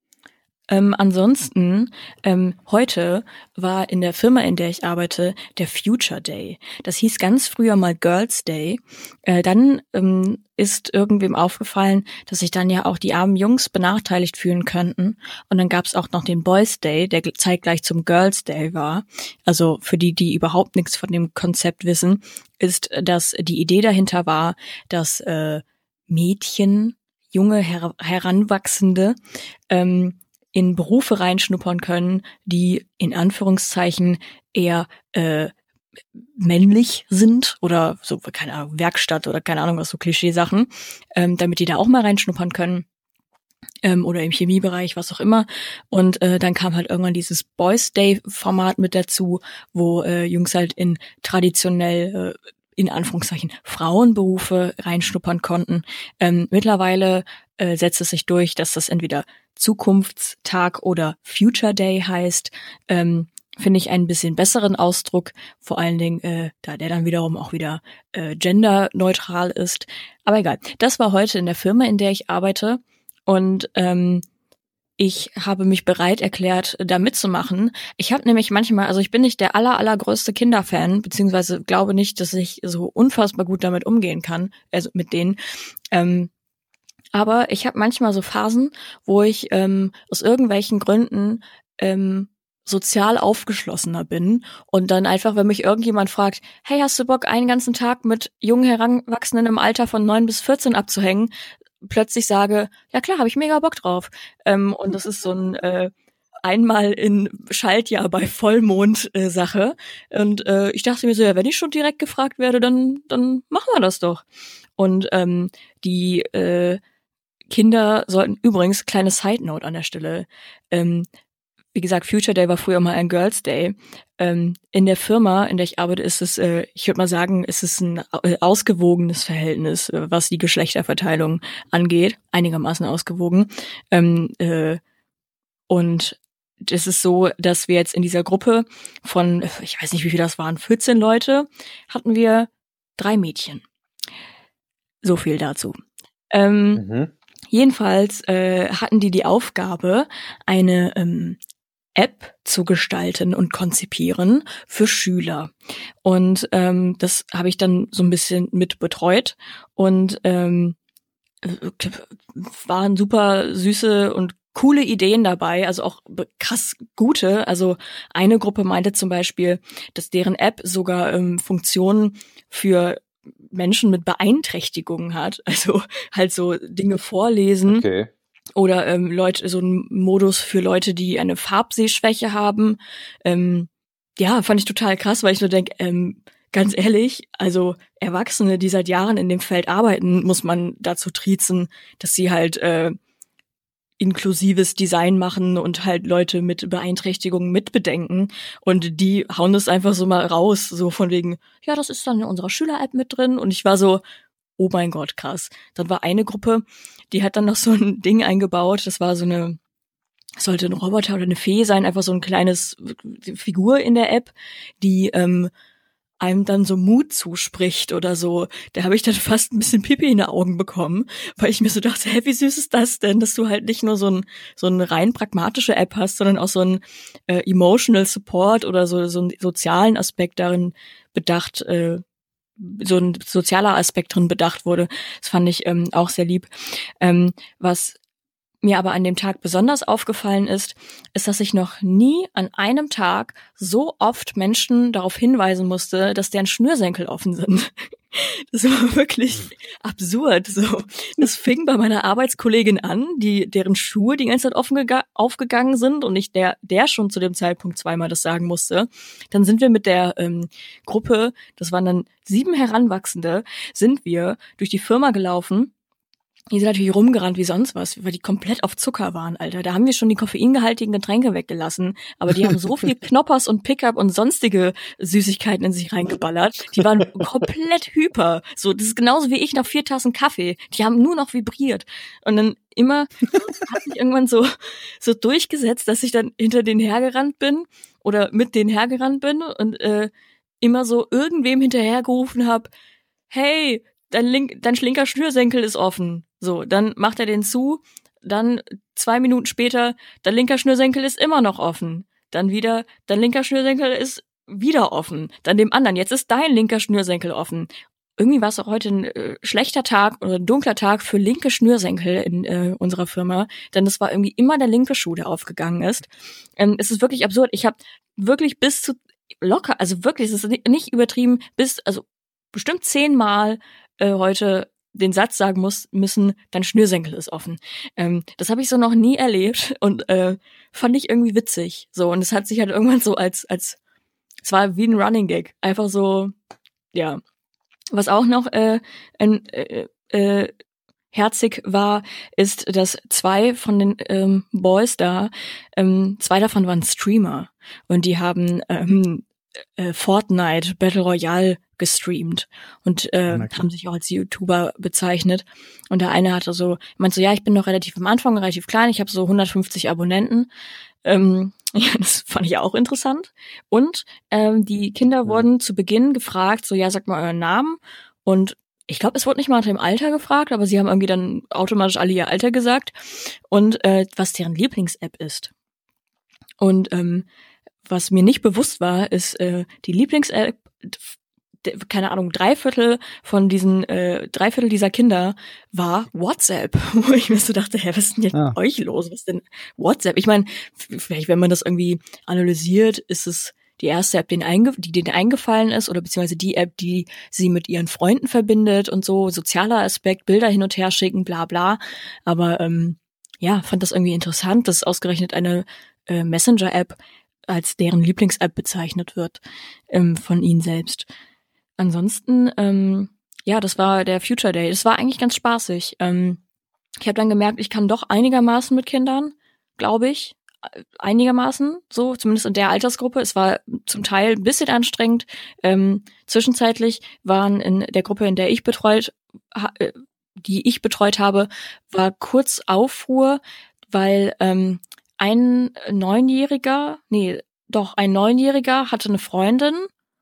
Ansonsten, heute war in der Firma, in der ich arbeite, der Future Day. Das hieß ganz früher mal Girls Day. Dann ist irgendwem aufgefallen, dass sich dann ja auch die armen Jungs benachteiligt fühlen könnten. Und dann gab es auch noch den Boys Day, der zeitgleich zum Girls Day war. Also für die, die überhaupt nichts von dem Konzept wissen, ist, dass die Idee dahinter war, dass Mädchen, junge, Heranwachsende, in Berufe reinschnuppern können, die in Anführungszeichen eher männlich sind oder so, keine Ahnung, Werkstatt oder keine Ahnung was, so Klischeesachen, damit die da auch mal reinschnuppern können. Oder im Chemiebereich, was auch immer. Und dann kam halt irgendwann dieses Boys Day Format mit dazu, wo Jungs halt in traditionell in Anführungszeichen Frauenberufe reinschnuppern konnten. Mittlerweile setzt es sich durch, dass das entweder Zukunftstag oder Future Day heißt. Finde ich einen bisschen besseren Ausdruck, vor allen Dingen, da der dann wiederum auch wieder genderneutral ist. Aber egal, das war heute in der Firma, in der ich arbeite und ich habe mich bereit erklärt, da mitzumachen. Ich habe nämlich manchmal, also ich bin nicht der allergrößte Kinderfan, beziehungsweise glaube nicht, dass ich so unfassbar gut damit umgehen kann, also mit denen. Aber ich habe manchmal so Phasen, wo ich aus irgendwelchen Gründen sozial aufgeschlossener bin und dann einfach, wenn mich irgendjemand fragt, hey, hast du Bock, einen ganzen Tag mit jungen Heranwachsenden im Alter von 9 bis 14 abzuhängen, plötzlich sage, ja klar, habe ich mega Bock drauf. Und das ist so ein einmal in Schaltjahr bei Vollmond Sache. Und ich dachte mir so, ja, wenn ich schon direkt gefragt werde, dann machen wir das doch. Und die Kinder sollten übrigens, kleine Side Note an der Stelle, wie gesagt, Future Day war früher mal ein Girls Day. In der Firma, in der ich arbeite, ist es, ich würde mal sagen, ist es ein ausgewogenes Verhältnis, was die Geschlechterverteilung angeht, einigermaßen ausgewogen. Und es ist so, dass wir jetzt in dieser Gruppe von, ich weiß nicht, wie viele das waren, 14 Leute, hatten wir 3 Mädchen. So viel dazu. Jedenfalls hatten die Aufgabe, eine App zu gestalten und konzipieren für Schüler. Und das habe ich dann so ein bisschen mit betreut und waren super süße und coole Ideen dabei, also auch krass gute. Also eine Gruppe meinte zum Beispiel, dass deren App sogar Funktionen für Menschen mit Beeinträchtigungen hat, also halt so Dinge vorlesen. Okay. Oder Leute, so ein Modus für Leute, die eine Farbsehschwäche haben. Ja, fand ich total krass, weil ich nur denke, ganz ehrlich, also Erwachsene, die seit Jahren in dem Feld arbeiten, muss man dazu triezen, dass sie halt inklusives Design machen und halt Leute mit Beeinträchtigungen mitbedenken. Und die hauen das einfach so mal raus, so von wegen, ja, das ist dann in unserer Schüler-App mit drin. Und ich war so, oh mein Gott, krass. Dann war eine Gruppe, die hat dann noch so ein Ding eingebaut, das war sollte ein Roboter oder eine Fee sein, einfach so ein kleines Figur in der App, die einem dann so Mut zuspricht oder so. Da habe ich dann fast ein bisschen Pipi in den Augen bekommen, weil ich mir so dachte, hä, wie süß ist das denn, dass du halt nicht nur so eine rein pragmatische App hast, sondern auch so ein Emotional Support oder so einen sozialen Aspekt darin bedacht, so ein sozialer Aspekt drin bedacht wurde. Das fand ich auch sehr lieb. Was mir aber an dem Tag besonders aufgefallen ist, dass ich noch nie an einem Tag so oft Menschen darauf hinweisen musste, dass deren Schnürsenkel offen sind. Das war wirklich absurd. So, das fing bei meiner Arbeitskollegin an, deren Schuhe die ganze Zeit aufgegangen sind und ich der schon zu dem Zeitpunkt zweimal das sagen musste. Dann sind wir mit der Gruppe, das waren dann 7 Heranwachsende, sind wir durch die Firma gelaufen. Die sind natürlich rumgerannt wie sonst was, weil die komplett auf Zucker waren, Alter. Da haben wir schon die koffeingehaltigen Getränke weggelassen, aber die haben so viel Knoppers und Pickup und sonstige Süßigkeiten in sich reingeballert. Die waren komplett hyper. So, das ist genauso wie ich nach 4 Tassen Kaffee. Die haben nur noch vibriert. Und dann immer hat sich irgendwann so durchgesetzt, dass ich dann hinter denen hergerannt bin oder mit denen hergerannt bin und immer so irgendwem hinterhergerufen habe, hey, dein linker Schnürsenkel ist offen. So, dann macht er den zu, dann 2 Minuten später, dein linker Schnürsenkel ist immer noch offen. Dann wieder, dein linker Schnürsenkel ist wieder offen. Dann dem anderen, jetzt ist dein linker Schnürsenkel offen. Irgendwie war es auch heute ein schlechter Tag oder ein dunkler Tag für linke Schnürsenkel in unserer Firma, denn es war irgendwie immer der linke Schuh, der aufgegangen ist. Es ist wirklich absurd. Ich habe wirklich bis zu locker, also wirklich, es ist nicht übertrieben, also bestimmt 10 Mal heute den Satz sagen müssen, dein Schnürsenkel ist offen. Das habe ich so noch nie erlebt und fand ich irgendwie witzig. So, und es hat sich halt irgendwann so als es war wie ein Running Gag. Einfach so, ja. Was auch noch herzig war, ist, dass 2 von den Boys da, 2 davon waren Streamer und die haben Fortnite Battle Royale gestreamt und haben sich auch als YouTuber bezeichnet. Und der eine hatte meinte so, ja, ich bin noch relativ am Anfang, relativ klein, ich habe so 150 Abonnenten. Ja, das fand ich auch interessant. Und die Kinder wurden zu Beginn gefragt, so, ja, sagt mal euren Namen. Und ich glaube, es wurde nicht mal nach dem Alter gefragt, aber sie haben irgendwie dann automatisch alle ihr Alter gesagt und was deren Lieblings-App ist. Und was mir nicht bewusst war, ist die Lieblings-App, keine Ahnung, 3/4 dieser Kinder war WhatsApp, wo ich mir so dachte, hä, was ist denn jetzt mit euch los? Was ist denn WhatsApp? Ich meine, vielleicht, wenn man das irgendwie analysiert, ist es die erste App, die denen eingefallen ist, oder beziehungsweise die App, die sie mit ihren Freunden verbindet und so, sozialer Aspekt, Bilder hin und her schicken, bla bla. Aber ja, fand das irgendwie interessant, dass ausgerechnet eine Messenger-App als deren Lieblings-App bezeichnet wird von ihnen selbst. Ansonsten, ja, das war der Future Day. Das war eigentlich ganz spaßig. Ich habe dann gemerkt, ich kann doch einigermaßen mit Kindern, glaube ich. Einigermaßen, so, zumindest in der Altersgruppe. Es war zum Teil ein bisschen anstrengend. Zwischenzeitlich waren in der Gruppe, in der ich die ich betreut habe, war kurz Aufruhr, weil ein Neunjähriger hatte eine Freundin,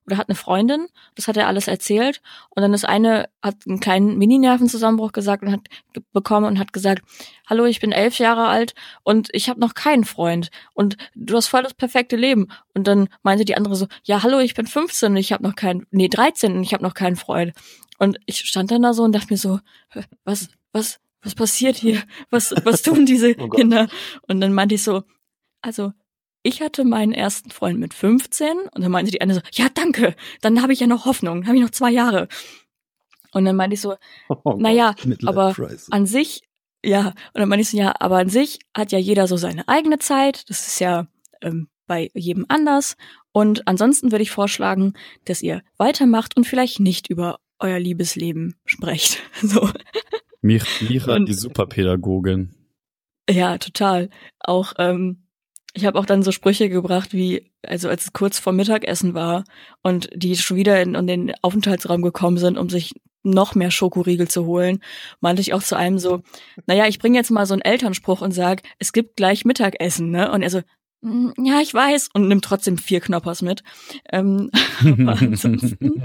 das hat er alles erzählt, und dann hat einen kleinen Mini-Nervenzusammenbruch bekommen und hat gesagt, hallo, ich bin 11 Jahre alt und ich habe noch keinen Freund und du hast voll das perfekte Leben. Und dann meinte die andere so, ja, hallo, ich bin 15 und ich habe noch 13 und ich habe noch keinen Freund. Und ich stand dann da so und dachte mir so, was passiert hier? Was tun diese Kinder? Und dann meinte ich so, also, ich hatte meinen ersten Freund mit 15 und dann meinte die eine so, ja, danke, dann habe ich ja noch Hoffnung, habe ich noch 2 Jahre. Und dann meinte ich so, naja, aber an sich, ja, und dann meinte ich so, ja, aber an sich hat ja jeder so seine eigene Zeit, das ist ja bei jedem anders. Und ansonsten würde ich vorschlagen, dass ihr weitermacht und vielleicht nicht über euer Liebesleben sprecht. So. Mira, die Superpädagogin. Ja, total. Auch, ich habe auch dann so Sprüche gebracht wie, also als es kurz vor Mittagessen war und die schon wieder in den Aufenthaltsraum gekommen sind, um sich noch mehr Schokoriegel zu holen, meinte ich auch zu einem so, naja, ich bringe jetzt mal so einen Elternspruch und sag, es gibt gleich Mittagessen, ne? Und er so, ja, ich weiß, und nimmt trotzdem 4 Knoppers mit. Aber ansonsten,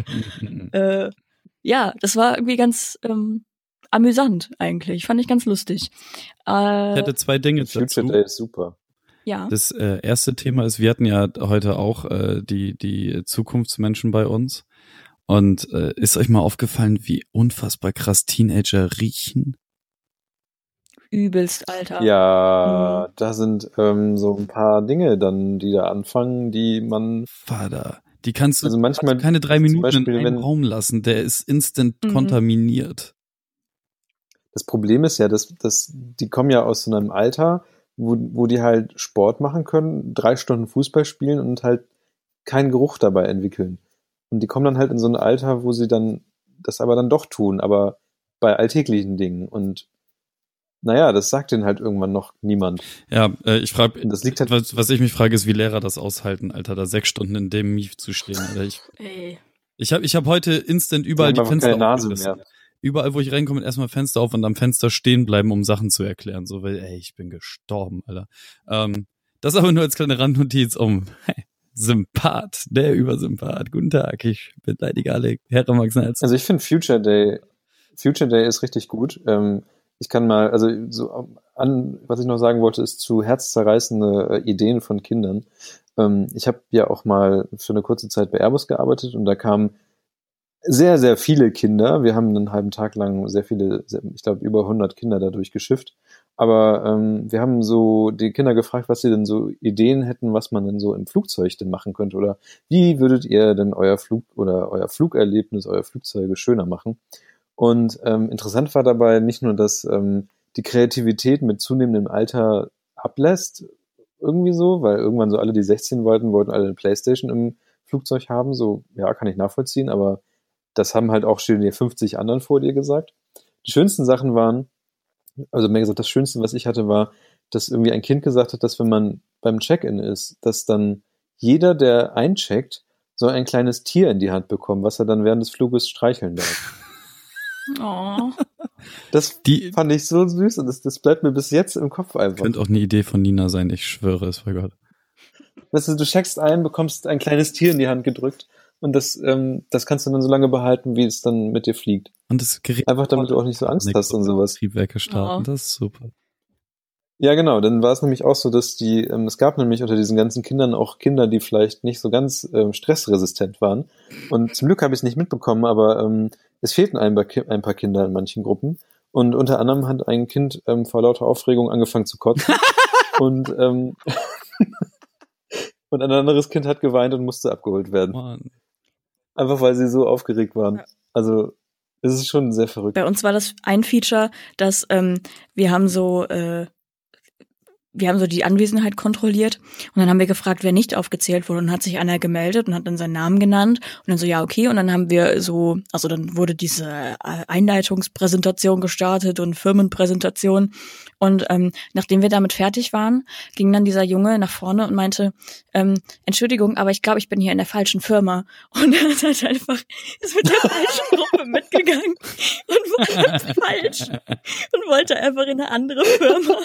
ja, das war irgendwie ganz amüsant eigentlich, fand ich ganz lustig. Ich hätte 2 Dinge Future dazu. Day ist super. Ja. Das erste Thema ist, wir hatten ja heute auch die Zukunftsmenschen bei uns. Und ist euch mal aufgefallen, wie unfassbar krass Teenager riechen? Übelst, Alter. Ja, da sind so ein paar Dinge dann, die da anfangen, die man... Vater, die kannst du Also manchmal keine 3 zum Minuten Beispiel, in einem Raum lassen. Der ist instant kontaminiert. Das Problem ist ja, dass die kommen ja aus so einem Alter, wo die halt Sport machen können, 3 Stunden Fußball spielen und halt keinen Geruch dabei entwickeln. Und die kommen dann halt in so ein Alter, wo sie dann das aber dann doch tun, aber bei alltäglichen Dingen. Und naja, das sagt denen halt irgendwann noch niemand. Ja, ich frage, Und das liegt halt, was ich mich frage, ist, wie Lehrer das aushalten, Alter, da 6 Stunden in dem Mief zu stehen. Alter. Ich hab heute instant überall die haben einfach Fenster keine Nase aufgerissen. mehr. Überall, wo ich reinkomme, erstmal Fenster auf und am Fenster stehen bleiben, um Sachen zu erklären. So, weil, ich bin gestorben, Alter. Das aber nur als kleine Randnotiz Sympath, der Übersympath. Guten Tag, ich beleidige alle Herren Max Nals. Also ich finde Future Day ist richtig gut. Ich kann mal, also was ich noch sagen wollte, ist zu herzzerreißende Ideen von Kindern. Ich habe ja auch mal für eine kurze Zeit bei Airbus gearbeitet und da kamen sehr, sehr viele Kinder. Wir haben einen halben Tag lang ich glaube über 100 Kinder da durchgeschifft. Aber wir haben so die Kinder gefragt, was sie denn so Ideen hätten, was man denn so im Flugzeug denn machen könnte. Oder wie würdet ihr denn euer Flugerlebnis, euer Flugzeuge schöner machen? Und interessant war dabei nicht nur, dass die Kreativität mit zunehmendem Alter ablässt, irgendwie so, weil irgendwann so alle, die 16 wollten alle eine Playstation im Flugzeug haben. So, ja, kann ich nachvollziehen, aber das haben halt auch schon die 50 anderen vor dir gesagt. Die schönsten Sachen waren, also mehr gesagt, das Schönste, was ich hatte, war, dass irgendwie ein Kind gesagt hat, dass wenn man beim Check-in ist, dass dann jeder, der eincheckt, so ein kleines Tier in die Hand bekommt, was er dann während des Fluges streicheln darf. Oh. Das fand ich so süß und das bleibt mir bis jetzt im Kopf einfach. Könnte auch eine Idee von Nina sein, ich schwöre es, bei Gott. Weißt du checkst ein, bekommst ein kleines Tier in die Hand gedrückt und das kannst du dann so lange behalten, wie es dann mit dir fliegt. Und das Gerät einfach damit du auch nicht so Angst hast und sowas. Triebwerke starten, das ist super. Ja, genau, dann war es nämlich auch so, dass es gab nämlich unter diesen ganzen Kindern auch Kinder, die vielleicht nicht so ganz stressresistent waren. Und zum Glück habe ich es nicht mitbekommen, aber es fehlten ein paar Kinder in manchen Gruppen. Und unter anderem hat ein Kind vor lauter Aufregung angefangen zu kotzen. Und ein anderes Kind hat geweint und musste abgeholt werden. Mann. Einfach weil sie so aufgeregt waren. Ja. Also es ist schon sehr verrückt. Bei uns war das ein Feature, dass wir haben so die Anwesenheit kontrolliert und dann haben wir gefragt, wer nicht aufgezählt wurde und dann hat sich einer gemeldet und hat dann seinen Namen genannt und dann so, ja, okay, und dann haben wir so, also dann wurde diese Einleitungspräsentation gestartet und Firmenpräsentation und nachdem wir damit fertig waren, ging dann dieser Junge nach vorne und meinte, Entschuldigung, aber ich glaube, ich bin hier in der falschen Firma und er ist halt einfach ist mit der falschen Gruppe mitgegangen und war falsch und wollte einfach in eine andere Firma.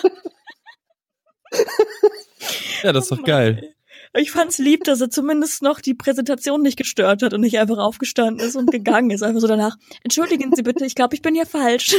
Ja, das ist doch geil. Ich fand's lieb, dass er zumindest noch die Präsentation nicht gestört hat und nicht einfach aufgestanden ist und gegangen ist. Einfach so danach, entschuldigen Sie bitte, ich glaube, ich bin hier falsch.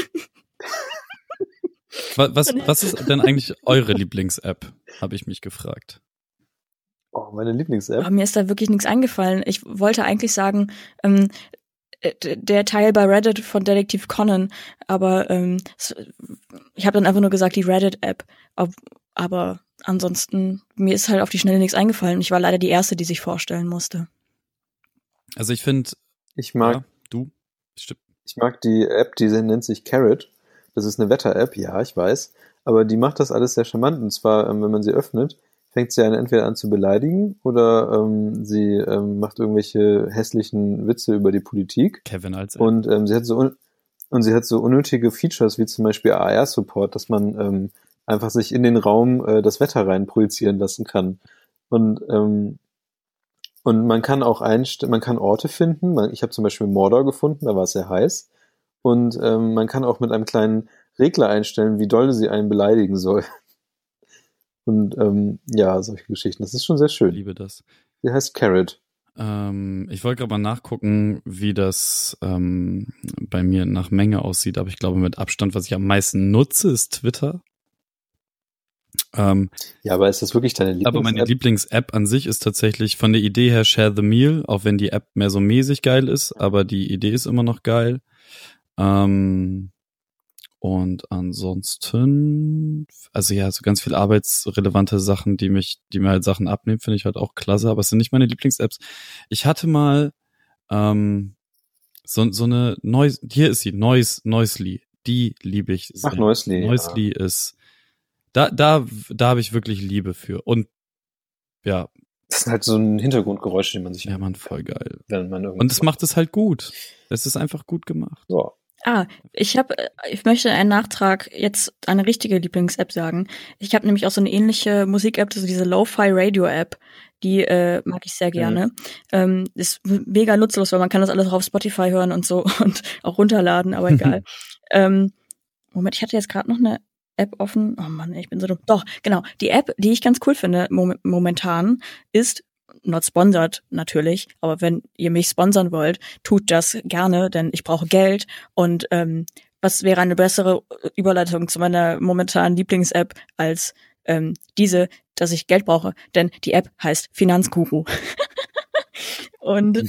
Was ist denn eigentlich eure Lieblings-App, habe ich mich gefragt. Oh, meine Lieblings-App? Aber mir ist da wirklich nichts eingefallen. Ich wollte eigentlich sagen, der Teil bei Reddit von Detektiv Conan, aber ich habe dann einfach nur gesagt, die Reddit-App. Aber ansonsten, mir ist halt auf die Schnelle nichts eingefallen. Ich war leider die Erste, die sich vorstellen musste. Also ich finde... Ich mag die App, die nennt sich Carrot. Das ist eine Wetter-App, ja, ich weiß. Aber die macht das alles sehr charmant. Und zwar, wenn man sie öffnet, fängt sie einen entweder an zu beleidigen oder sie macht irgendwelche hässlichen Witze über die Politik. Kevin als Und sie hat so unnötige Features wie zum Beispiel AR-Support, dass man einfach sich in den Raum das Wetter rein projizieren lassen kann. Und man kann auch man kann Orte finden. Ich habe zum Beispiel Mordor gefunden, da war es sehr heiß. Und man kann auch mit einem kleinen Regler einstellen, wie doll sie einen beleidigen soll. Und ja, solche Geschichten. Das ist schon sehr Ich schön. liebe das. Die heißt Carrot. Ich wollte gerade mal nachgucken, wie das bei mir nach Menge aussieht, aber ich glaube mit Abstand, was ich am meisten nutze, ist Twitter. Ja, aber ist das wirklich deine Lieblings-App? Aber meine Lieblings-App an sich ist tatsächlich von der Idee her Share the Meal, auch wenn die App mehr so mäßig geil ist, aber die Idee ist immer noch geil. Und ansonsten, also ja, so ganz viel arbeitsrelevante Sachen, die mir halt Sachen abnehmen, finde ich halt auch klasse, aber es sind nicht meine Lieblings-Apps. Ich hatte mal so eine hier ist sie, Noisely. Die liebe ich sehr. Ach, Noisely. Noisely ist, da habe ich wirklich Liebe für. Und ja. Das ist halt so ein Hintergrundgeräusch, den man sich... Ja, Mann, voll geil. Wenn man und es macht es halt gut. Es ist einfach gut gemacht. Ja. Ich möchte einen Nachtrag jetzt eine richtige Lieblings-App sagen. Ich habe nämlich auch so eine ähnliche Musik-App, also diese Lo-Fi-Radio-App, die mag ich sehr gerne. Ist mega nutzlos, weil man kann das alles auch auf Spotify hören und so und auch runterladen, aber egal. Moment, ich hatte jetzt gerade noch eine App offen. Oh Mann, ich bin so dumm. Doch, genau. Die App, die ich ganz cool finde momentan, ist not sponsored natürlich, aber wenn ihr mich sponsern wollt, tut das gerne, denn ich brauche Geld und was wäre eine bessere Überleitung zu meiner momentanen Lieblings-App als diese, dass ich Geld brauche, denn die App heißt Finanzguru. Und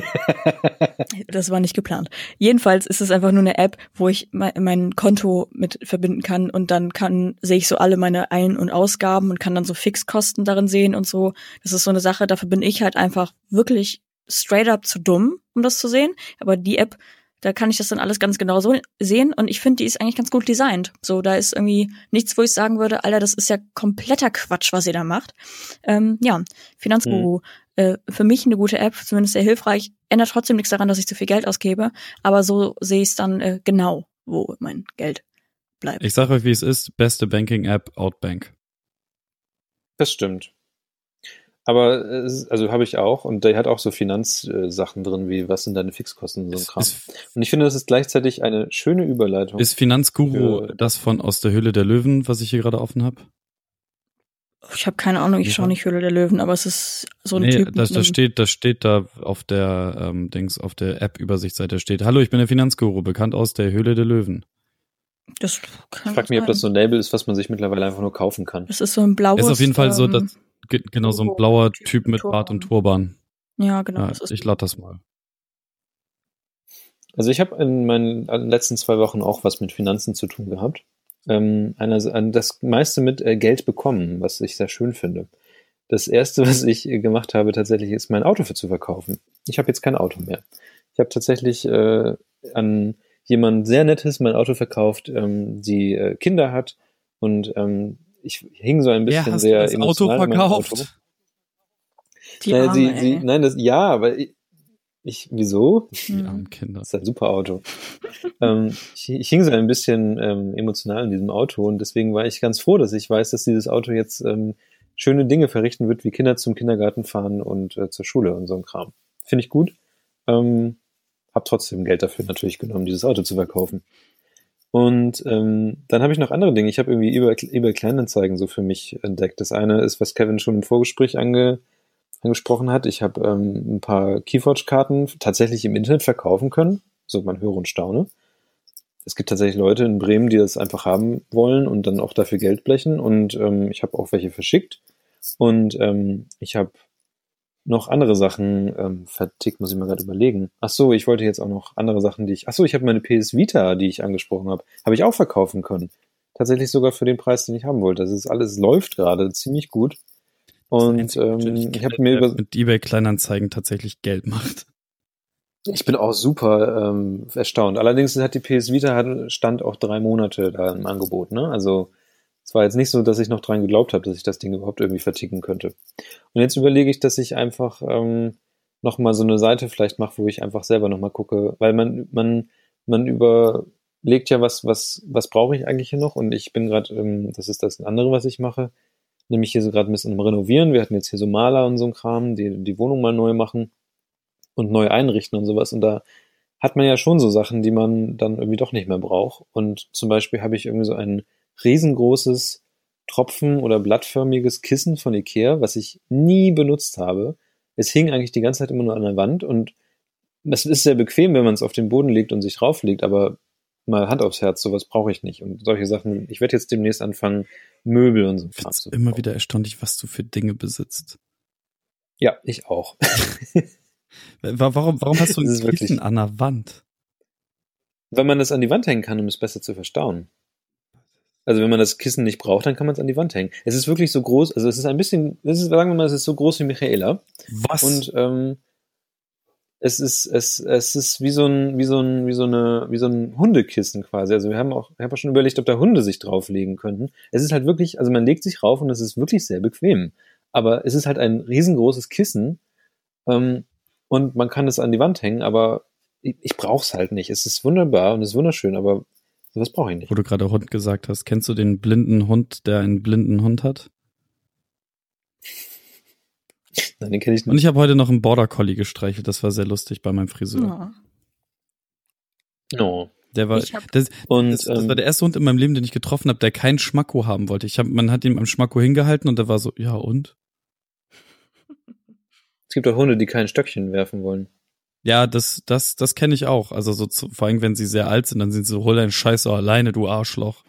das war nicht geplant. Jedenfalls ist es einfach nur eine App, wo ich mein Konto mit verbinden kann und dann sehe ich so alle meine Ein- und Ausgaben und kann dann so Fixkosten darin sehen und so. Das ist so eine Sache, dafür bin ich halt einfach wirklich straight up zu dumm, um das zu sehen. Aber die App, da kann ich das dann alles ganz genau so sehen und ich finde, die ist eigentlich ganz gut designt. So, da ist irgendwie nichts, wo ich sagen würde, Alter, das ist ja kompletter Quatsch, was ihr da macht. Ja, Finanzguru. Für mich eine gute App, zumindest sehr hilfreich. Ändert trotzdem nichts daran, dass ich zu viel Geld ausgebe, aber so sehe ich es dann genau, wo mein Geld bleibt. Ich sage euch, wie es ist. Beste Banking-App, Outbank. Das stimmt. Aber also habe ich auch und der hat auch so Finanzsachen drin, wie was sind deine Fixkosten und so ein Kram. Und ich finde, das ist gleichzeitig eine schöne Überleitung. Ist Finanzguru das von Aus der Höhle der Löwen, was ich hier gerade offen habe? Ich habe keine Ahnung, ich schaue nicht Höhle der Löwen, aber es ist so ein Typ. Das steht da auf der auf der App-Übersichtsseite steht: Hallo, ich bin der Finanzguru, bekannt aus der Höhle der Löwen. Das kann ich frage mich, ob das so ein Label ist, was man sich mittlerweile einfach nur kaufen kann. Das ist so ein blaues. Ist auf jeden Fall so, genau, so ein blauer Typ mit Bart und Turban. Ja, genau. Ja, ich lade das mal. Also ich habe in meinen letzten 2 Wochen auch was mit Finanzen zu tun gehabt. Das meiste mit Geld bekommen, was ich sehr schön finde. Das erste, was ich gemacht habe tatsächlich, ist mein Auto zu verkaufen. Ich habe jetzt kein Auto mehr. Ich habe tatsächlich an jemand sehr Nettes mein Auto verkauft, die Kinder hat und ich hing so ein bisschen sehr das Auto verkauft. Auto. Die Arme, nein, aber wieso? Die armen Kinder. Das ist ein super Auto. Ich hing so ein bisschen emotional in diesem Auto und deswegen war ich ganz froh, dass ich weiß, dass dieses Auto jetzt schöne Dinge verrichten wird, wie Kinder zum Kindergarten fahren und zur Schule und so ein Kram. Finde ich gut. Hab trotzdem Geld dafür natürlich genommen, dieses Auto zu verkaufen. Und dann habe ich noch andere Dinge. Ich habe irgendwie eBay Kleinanzeigen so für mich entdeckt. Das eine ist, was Kevin schon im Vorgespräch angesprochen hat. Ich habe ein paar Keyforge-Karten tatsächlich im Internet verkaufen können. So, man höre und staune. Es gibt tatsächlich Leute in Bremen, die das einfach haben wollen und dann auch dafür Geld blechen. Und ich habe auch welche verschickt. Und ich habe noch andere Sachen vertickt, muss ich mal gerade überlegen. Ach so, ich wollte jetzt auch noch andere Sachen, ich habe meine PS Vita, die ich angesprochen habe ich auch verkaufen können. Tatsächlich sogar für den Preis, den ich haben wollte. Das ist alles, läuft gerade ziemlich gut. Und ich habe mir mit eBay Kleinanzeigen tatsächlich Geld macht. Ich bin auch super erstaunt. Allerdings hat die PS Vita stand auch 3 Monate da im Angebot, ne? Also es war jetzt nicht so, dass ich noch dran geglaubt habe, dass ich das Ding überhaupt irgendwie verticken könnte. Und jetzt überlege ich, dass ich einfach nochmal so eine Seite vielleicht mache, wo ich einfach selber nochmal gucke, weil man überlegt ja, was brauche ich eigentlich hier noch? Und ich bin gerade, das ist das andere, was ich mache, nämlich hier so gerade ein bisschen renovieren. Wir hatten jetzt hier so Maler und so ein Kram, die Wohnung mal neu machen und neu einrichten und sowas. Und da hat man ja schon so Sachen, die man dann irgendwie doch nicht mehr braucht. Und zum Beispiel habe ich irgendwie so ein riesengroßes Tropfen- oder blattförmiges Kissen von Ikea, was ich nie benutzt habe. Es hing eigentlich die ganze Zeit immer nur an der Wand und das ist sehr bequem, wenn man es auf den Boden legt und sich drauflegt, aber mal Hand aufs Herz, sowas brauche ich nicht. Und solche Sachen, ich werde jetzt demnächst anfangen, Möbel und so. Ich find's immer wieder erstaunlich, was du für Dinge besitzt. Ja, ich auch. Warum hast du Das ein ist wirklich- Kissen an der Wand? Wenn man das an die Wand hängen kann, um es besser zu verstauen. Also wenn man das Kissen nicht braucht, dann kann man es an die Wand hängen. Es ist wirklich so groß, also es ist ein bisschen, sagen wir mal, es ist so groß wie Michaela. Was? Und es ist wie so ein Hundekissen quasi. Also ich habe auch schon überlegt, ob da Hunde sich drauflegen könnten. Es ist halt wirklich, also man legt sich rauf und es ist wirklich sehr bequem. Aber es ist halt ein riesengroßes Kissen und man kann es an die Wand hängen, aber ich brauche es halt nicht. Es ist wunderbar und es ist wunderschön, aber sowas brauche ich nicht. Wo du gerade Hund gesagt hast, kennst du den blinden Hund, der einen blinden Hund hat? Nein, den kenne ich Und nicht. ich habe heute noch einen Border Collie gestreichelt, das war sehr lustig bei meinem Friseur. Ja. No. Der war, Ich hab- das Und war der erste Hund in meinem Leben, den ich getroffen habe, der keinen Schmacko haben wollte. Man hat ihm am Schmacko hingehalten und der war so, ja und? es gibt auch Hunde, die kein Stöckchen werfen wollen. Ja, das kenne ich auch. Also vor allem, wenn sie sehr alt sind, dann sind sie so, hol deinen Scheiß auch alleine, du Arschloch.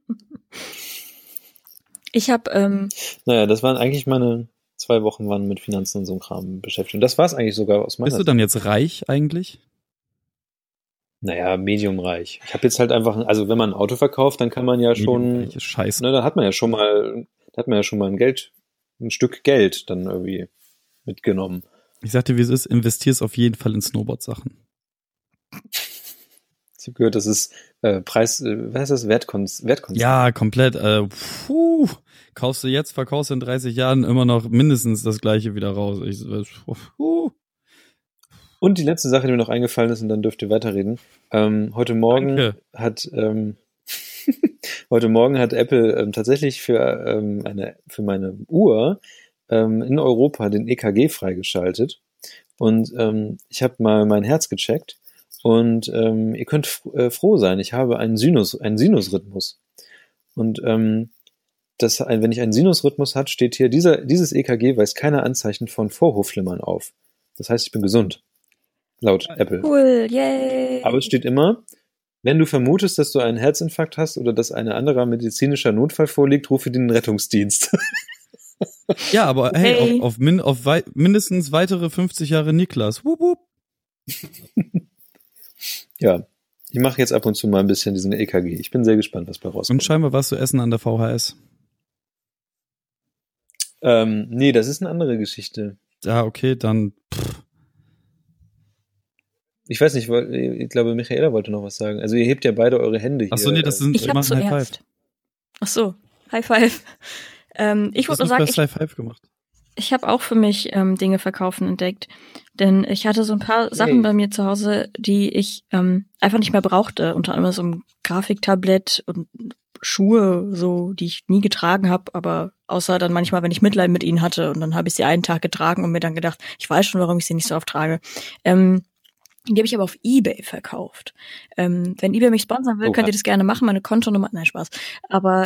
Ich habe Naja, das waren eigentlich meine 2 Wochen waren mit Finanzen und so einem Kram beschäftigt. Und das war es eigentlich sogar aus meiner Bist du dann jetzt reich eigentlich? Naja, mediumreich. Ich habe jetzt halt einfach, also wenn man ein Auto verkauft, dann kann man ja schon, Welche Scheiße. ne, da hat man ja schon mal ein Stück Geld dann irgendwie mitgenommen. Ich sag dir, wie es ist, investierst auf jeden Fall in Snowboard-Sachen. Ich habe gehört, das ist was heißt das? Wertkonst. Ja, komplett. Kaufst du jetzt, verkaufst du in 30 Jahren immer noch mindestens das Gleiche wieder raus. Und die letzte Sache, die mir noch eingefallen ist, und dann dürft ihr weiterreden. Heute Morgen Danke. hat Apple tatsächlich für meine Uhr in Europa den EKG freigeschaltet. Und ich habe mal mein Herz gecheckt. Und ihr könnt froh sein, ich habe einen Sinusrhythmus. Und wenn ich einen Sinusrhythmus hat, steht hier, dieses EKG weist keine Anzeichen von Vorhofflimmern auf. Das heißt, ich bin gesund. Laut Apple. cool, yay. Aber es steht immer, wenn du vermutest, dass du einen Herzinfarkt hast oder dass ein anderer medizinischer Notfall vorliegt, rufe den Rettungsdienst. Ja, aber hey, Hey. auf mindestens weitere 50 Jahre Niklas. Wup, wup. Ja, ich mache jetzt ab und zu mal ein bisschen diesen EKG. Ich bin sehr gespannt, was bei Und rauskommt. scheinbar warst du essen an der VHS. Nee, das ist eine andere Geschichte. Ja, okay, dann. Ich weiß nicht, ich glaube, Michaela wollte noch was sagen. Also ihr hebt ja beide eure Hände hier. Achso, nee, das sind Ich wir habe machen High Five. zuerst. Ach so, High Five. Ich Du hast wollte nur uns sagen, das High Five gemacht. ich habe auch für mich Dinge verkaufen entdeckt. Denn ich hatte so ein paar Sachen Hey. bei mir zu Hause, die ich einfach nicht mehr brauchte. Unter anderem so ein Grafiktablett und Schuhe, so die ich nie getragen habe, aber außer dann manchmal, wenn ich Mitleid mit ihnen hatte und dann habe ich sie einen Tag getragen und mir dann gedacht, ich weiß schon, warum ich sie nicht so oft trage. Die habe ich aber auf eBay verkauft. Wenn eBay mich sponsern will, Oha. könnt ihr das gerne machen. Meine Kontonummer, nein, Spaß. Aber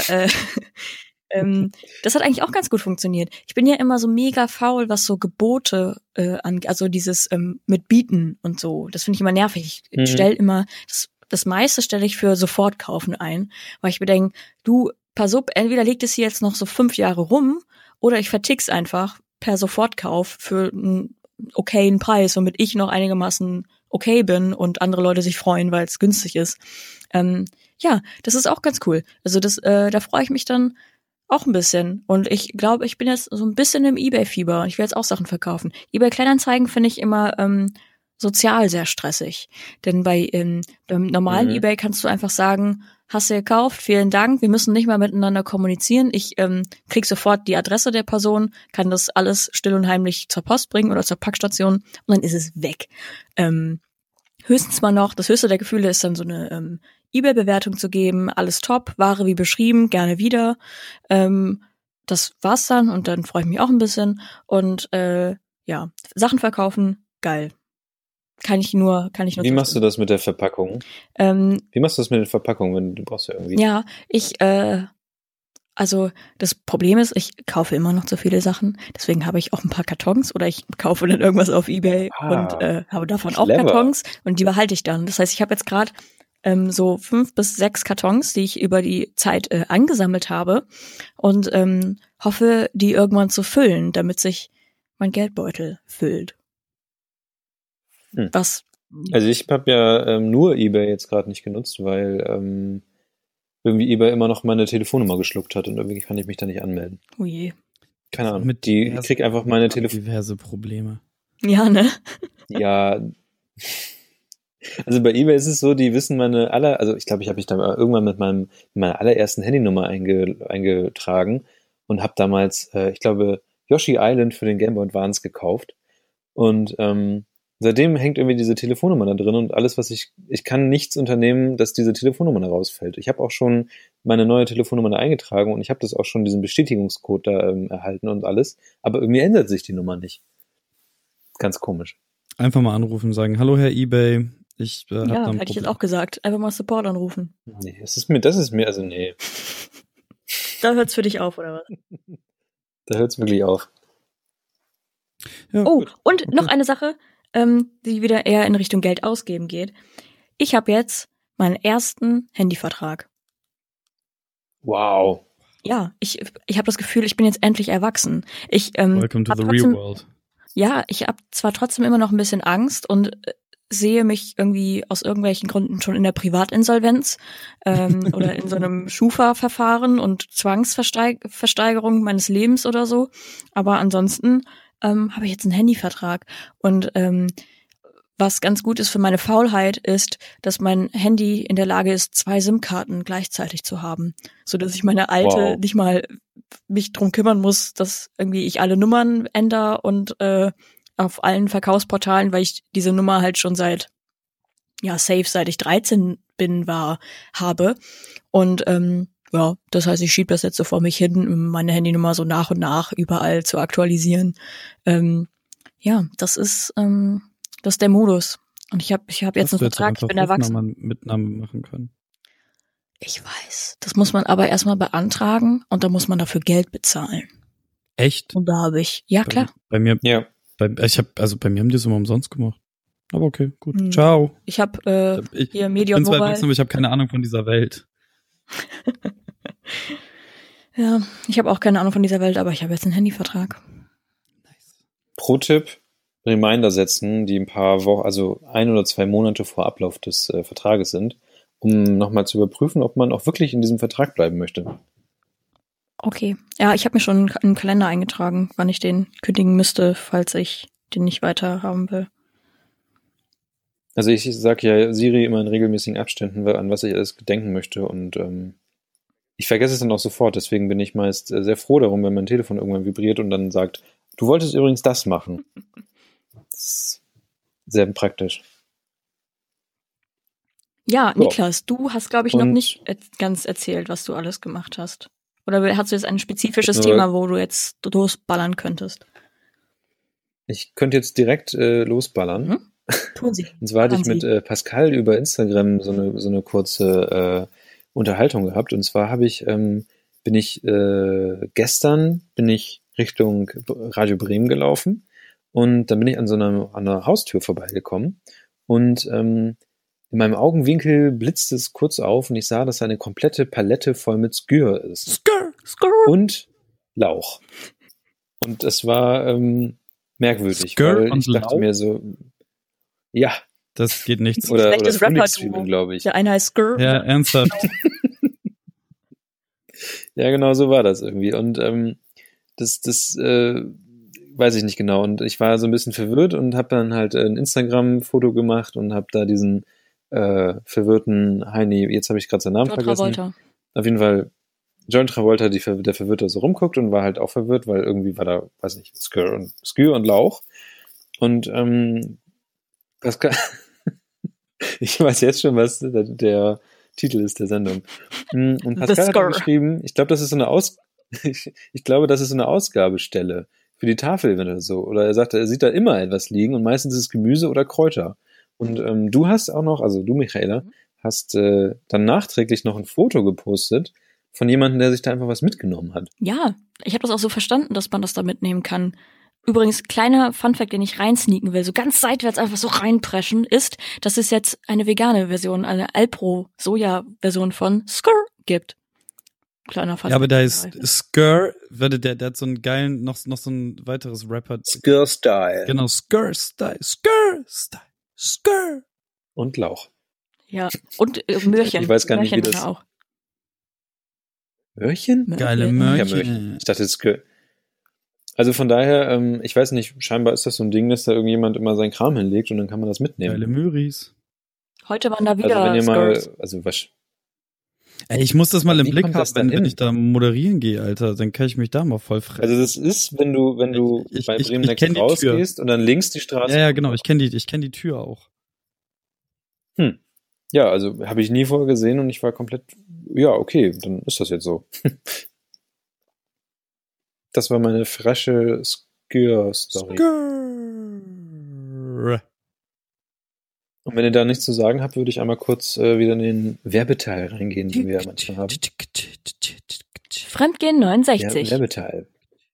das hat eigentlich auch ganz gut funktioniert. Ich bin ja immer so mega faul, was so Gebote angeht, also dieses mit Bieten und so. Das finde ich immer nervig. Ich stelle immer, das meiste stelle ich für Sofortkaufen ein, weil ich mir denke, du, pass auf, entweder liegt es hier jetzt noch so 5 Jahre rum oder ich vertick's einfach per Sofortkauf für einen okayen Preis, womit ich noch einigermaßen okay bin und andere Leute sich freuen, weil es günstig ist. Ja, das ist auch ganz cool. Also da freue ich mich dann auch ein bisschen. Und ich glaube, ich bin jetzt so ein bisschen im eBay-Fieber. Ich will jetzt auch Sachen verkaufen. eBay-Kleinanzeigen finde ich immer sozial sehr stressig. Denn beim normalen eBay kannst du einfach sagen, hast du gekauft, vielen Dank, wir müssen nicht mal miteinander kommunizieren. Ich krieg sofort die Adresse der Person, kann das alles still und heimlich zur Post bringen oder zur Packstation und dann ist es weg. Höchstens mal noch, das höchste der Gefühle ist dann so eine eBay-Bewertung zu geben, alles top, Ware wie beschrieben, gerne wieder. Das war's dann und dann freue ich mich auch ein bisschen. Und ja, Sachen verkaufen, geil. Kann ich nur Wie machst du das mit der Verpackung? Wie machst du das mit der Verpackung, wenn du brauchst ja irgendwie? Ja, also das Problem ist, ich kaufe immer noch zu viele Sachen, deswegen habe ich auch ein paar Kartons oder ich kaufe dann irgendwas auf eBay und habe davon auch clever. Kartons und die behalte ich dann. Das heißt, ich habe jetzt gerade so 5 bis 6 Kartons, die ich über die Zeit angesammelt habe und hoffe, die irgendwann zu füllen, damit sich mein Geldbeutel füllt. Was? Also ich habe ja nur eBay jetzt gerade nicht genutzt, weil irgendwie eBay immer noch meine Telefonnummer geschluckt hat und irgendwie kann ich mich da nicht anmelden. Oh je. Keine Ahnung. Ich krieg einfach meine Telefonnummer. Diverse Probleme. Ja, ne? Ja. Also bei eBay ist es so, die wissen also ich glaube, ich habe mich da irgendwann mit meiner allerersten Handynummer eingetragen und habe damals, ich glaube, Yoshi Island für den Game Boy Advance gekauft und seitdem hängt irgendwie diese Telefonnummer da drin und alles, was ich kann nichts unternehmen, dass diese Telefonnummer da rausfällt. Ich habe auch schon meine neue Telefonnummer da eingetragen und ich habe das auch schon diesen Bestätigungscode da erhalten und alles, aber irgendwie ändert sich die Nummer nicht. Ganz komisch. Einfach mal anrufen und sagen, hallo Herr eBay, ich hab da ein hätte ich jetzt auch gesagt. Einfach mal Support anrufen. Nee, das ist mir, also nee. Da hört's für dich auf, oder was? Da hört's wirklich auf. Ja, Oh, gut. und noch eine Sache, die wieder eher in Richtung Geld ausgeben geht. Ich habe jetzt meinen ersten Handyvertrag. Wow. Ja, ich habe das Gefühl, ich bin jetzt endlich erwachsen. Welcome to the real world. Ja, ich habe zwar trotzdem immer noch ein bisschen Angst und sehe mich irgendwie aus irgendwelchen Gründen schon in der Privatinsolvenz oder in so einem Schufa-Verfahren und Zwangsversteigerung meines Lebens oder so. Aber ansonsten habe ich jetzt einen Handyvertrag. Und was ganz gut ist für meine Faulheit, ist, dass mein Handy in der Lage ist, 2 SIM-Karten gleichzeitig zu haben, so dass ich meine alte nicht mal mich drum kümmern muss, dass irgendwie ich alle Nummern ändere und auf allen Verkaufsportalen, weil ich diese Nummer halt schon seit ich 13 habe. Und das heißt, ich schiebe das jetzt so vor mich hin, um meine Handynummer so nach und nach überall zu aktualisieren. Das ist der Modus. Und ich hab jetzt einen Vertrag, ich bin erwachsen. Mitnahme machen können. Ich weiß. Das muss man aber erstmal beantragen und da muss man dafür Geld bezahlen. Echt? Und da habe ich, ja klar. Bei mir, ja. Bei mir haben die es immer umsonst gemacht. Aber okay, gut. Ciao. Ich habe hier Medion bin zwar Mobile. erwachsen, aber ich habe keine Ahnung von dieser Welt. Ja, ich habe auch keine Ahnung von dieser Welt, aber ich habe jetzt einen Handyvertrag. Nice. Pro-Tipp, Reminder setzen, die ein paar Wochen, also 1 oder 2 Monate vor Ablauf des Vertrages sind, um nochmal zu überprüfen, ob man auch wirklich in diesem Vertrag bleiben möchte. Okay. Ja, ich habe mir schon einen Kalender eingetragen, wann ich den kündigen müsste, falls ich den nicht weiter haben will. Also ich sage ja Siri immer in regelmäßigen Abständen, an was ich alles denken möchte und ich vergesse es dann auch sofort, deswegen bin ich meist sehr froh darum, wenn mein Telefon irgendwann vibriert und dann sagt, du wolltest übrigens das machen. Das ist sehr praktisch. Ja, Niklas, du hast, glaube ich, noch nicht ganz erzählt, was du alles gemacht hast. Oder hast du jetzt ein spezifisches Thema, wo du jetzt losballern könntest? Ich könnte jetzt direkt losballern. Tun Sie. Und zwar hatte ich mit Pascal über Instagram so eine kurze Unterhaltung gehabt. Und zwar bin ich gestern Richtung Radio Bremen gelaufen und dann bin ich an einer Haustür vorbeigekommen und in meinem Augenwinkel blitzte es kurz auf und ich sah, dass eine komplette Palette voll mit Skür ist. Skür. Und Lauch. Und es war merkwürdig, Skür weil ich dachte mir so, ja. Das geht nicht. Oder Rapper-Duo, glaube ich. Der eine heißt Skür. Ja, ernsthaft. Ja, genau so war das irgendwie. Und das weiß ich nicht genau. Und ich war so ein bisschen verwirrt und habe dann halt ein Instagram-Foto gemacht und habe da diesen verwirrten Heini, jetzt habe ich gerade seinen Namen vergessen. Travolta. Auf jeden Fall John Travolta, der Verwirrte so rumguckt und war halt auch verwirrt, weil irgendwie war da, weiß nicht, Skür und Lauch. Und Pascal, ich weiß jetzt schon, was der Titel ist der Sendung. Und Pascal hat geschrieben, ich glaube, das ist so eine Ausgabestelle für die Tafel oder so. Oder er sagte, er sieht da immer etwas liegen und meistens ist es Gemüse oder Kräuter. Und du hast auch noch, also du, Michaela, hast dann nachträglich noch ein Foto gepostet von jemandem, der sich da einfach was mitgenommen hat. Ja, ich habe das auch so verstanden, dass man das da mitnehmen kann. Übrigens, kleiner Funfact, den ich reinsneaken will, so ganz seitwärts einfach so reinpreschen, ist, dass es jetzt eine vegane Version, eine Alpro-Soja-Version von Skrr gibt. Kleiner Funfact. Ja, aber da ist Skrr, der hat so einen geilen, noch so ein weiteres Rapper. Skrr-Style. Genau, Skrr-Style, Skrr-Style, Skrr. Und Lauch. Ja, und Möhrchen. Ich weiß gar nicht, wie Möhrchen das... auch. Möhrchen? Geile Ja, Möhrchen. Möhrchen. Ich dachte, also von daher, ich weiß nicht, scheinbar ist das so ein Ding, dass da irgendjemand immer seinen Kram hinlegt und dann kann man das mitnehmen. Geile Möhris. Heute waren da wieder Also wenn ihr mal, Skrrs. also was... Ey, ich muss das mal im Wie Blick kommt das haben, dann wenn hin? ich da moderieren gehe, Alter. Dann kann ich mich da mal voll fressen. Also das ist, wenn du Ich bei Bremen kenn Next die rausgehst und dann links die Straße... Ja, genau, ich kenn die Tür auch. Ja, also habe ich nie vorher gesehen und ich war komplett, ja, okay, dann ist das jetzt so. Das war meine frische Skrr-Story. Skrr. Und wenn ihr da nichts zu sagen habt, würde ich einmal kurz wieder in den Werbeteil reingehen, den wir ja manchmal haben. Fremdgehen 69. Werbeteil.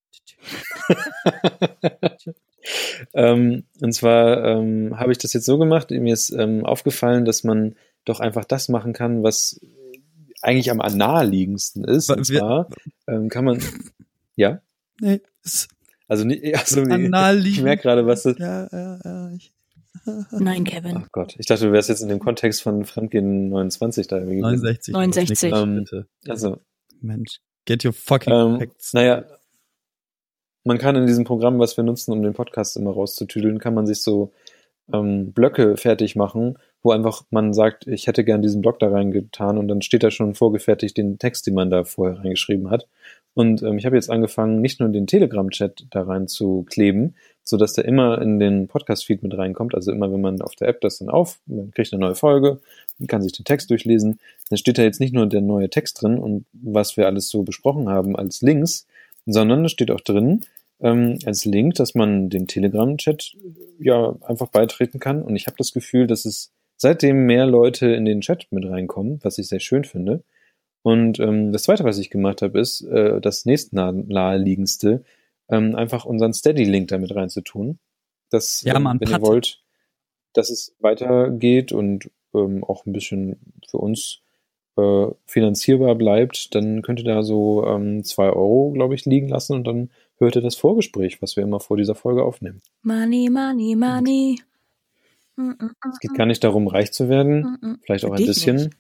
Und zwar habe ich das jetzt so gemacht, mir ist aufgefallen, dass man doch einfach das machen kann, was eigentlich am naheliegendsten ist. Und zwar kann man, ja? Nee, Also nee, naheliegend. ich merke gerade, was das... Ja. Nein, Kevin. Ach Gott, ich dachte, du wärst jetzt in dem Kontext von Fremdgehen 29 da irgendwie. 69. 69. Bitte. Also, Mensch, get your fucking facts. naja, man kann in diesem Programm, was wir nutzen, um den Podcast immer rauszutüdeln, kann man sich so Blöcke fertig machen, wo einfach man sagt, ich hätte gern diesen Block da reingetan und dann steht da schon vorgefertigt den Text, den man da vorher reingeschrieben hat. Und ich habe jetzt angefangen, nicht nur den Telegram-Chat da rein zu kleben, sodass der immer in den Podcast-Feed mit reinkommt. Also immer, wenn man auf der App das dann man kriegt eine neue Folge und kann sich den Text durchlesen, dann steht da jetzt nicht nur der neue Text drin und was wir alles so besprochen haben als Links, sondern es steht auch drin als Link, dass man dem Telegram-Chat ja einfach beitreten kann. Und ich habe das Gefühl, dass es seitdem mehr Leute in den Chat mit reinkommen, was ich sehr schön finde. Und das Zweite, was ich gemacht habe, ist das nächstnaheliegendste, einfach unseren Steady-Link damit reinzutun. Dass, Ja, Mann, wenn ihr wollt, dass es weitergeht und auch ein bisschen für uns finanzierbar bleibt, dann könnt ihr da so 2 €, glaube ich, liegen lassen und dann hört ihr das Vorgespräch, was wir immer vor dieser Folge aufnehmen. Money, money, money. Es geht gar nicht darum, reich zu werden, vielleicht auch Für ein dich bisschen. nicht.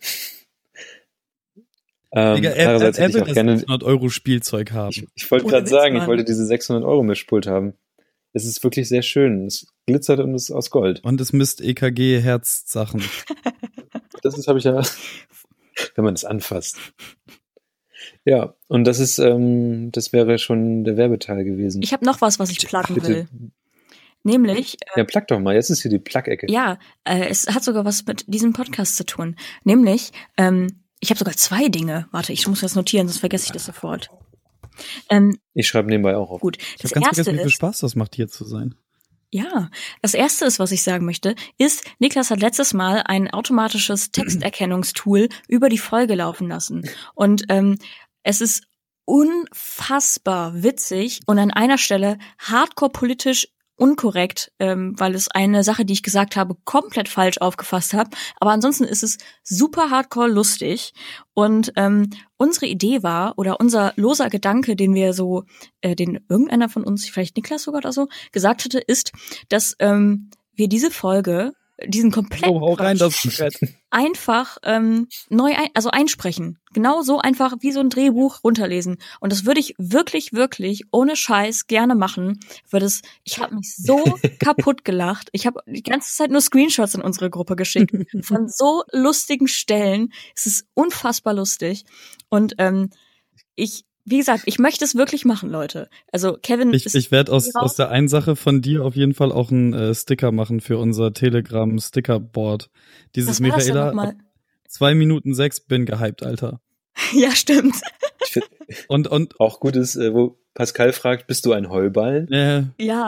Digga, Andererseits hätte ich auch gerne 600 € Spielzeug haben. Ich wollte Ohne gerade Witz, sagen, Mann. ich wollte diese 600 € Mischpult haben. Es ist wirklich sehr schön. Es glitzert und ist aus Gold. Und es misst EKG-Herzsachen. Das habe ich ja, wenn man es anfasst. Ja, und das ist, das wäre schon der Werbeteil gewesen. Ich habe noch was ich pluggen Bitte. will. Nämlich, Ja, plug doch mal. Jetzt ist hier die Plug-Ecke. ja, es hat sogar was mit diesem Podcast zu tun. Nämlich, ich habe sogar 2 Dinge. Warte, ich muss das notieren, sonst vergesse ich das sofort. Ich schreibe nebenbei auch auf. Gut, Ich das habe ganz erste vergessen, wie viel ist, Spaß das macht, hier zu sein. ja, das erste ist, was ich sagen möchte, ist, Niklas hat letztes Mal ein automatisches Texterkennungstool über die Folge laufen lassen. Und es ist unfassbar witzig und an einer Stelle hardcore politisch unkorrekt, weil es eine Sache, die ich gesagt habe, komplett falsch aufgefasst habe. Aber ansonsten ist es super hardcore lustig. Und unsere Idee war, oder unser loser Gedanke, den wir so, den irgendeiner von uns, vielleicht Niklas sogar oder so, gesagt hatte, ist, dass wir diese Folge, diesen kompletten Hau rein, Quatsch das Brett. einfach neu einsprechen. Genau so einfach wie so ein Drehbuch runterlesen. Und das würde ich wirklich, wirklich ohne Scheiß gerne machen, weil ich habe mich so kaputt gelacht. Ich habe die ganze Zeit nur Screenshots in unsere Gruppe geschickt von so lustigen Stellen. Es ist unfassbar lustig. Und wie gesagt, ich möchte es wirklich machen, Leute. Also Kevin ist Ich werde aus der einen Sache von dir auf jeden Fall auch einen Sticker machen für unser Telegram-Stickerboard. Dieses Was war das denn Michaela, nochmal? 2 Minuten 6, bin gehypt, Alter. Ja, stimmt. Ich find Und auch gut ist, wo Pascal fragt, bist du ein Heuballen? Ja,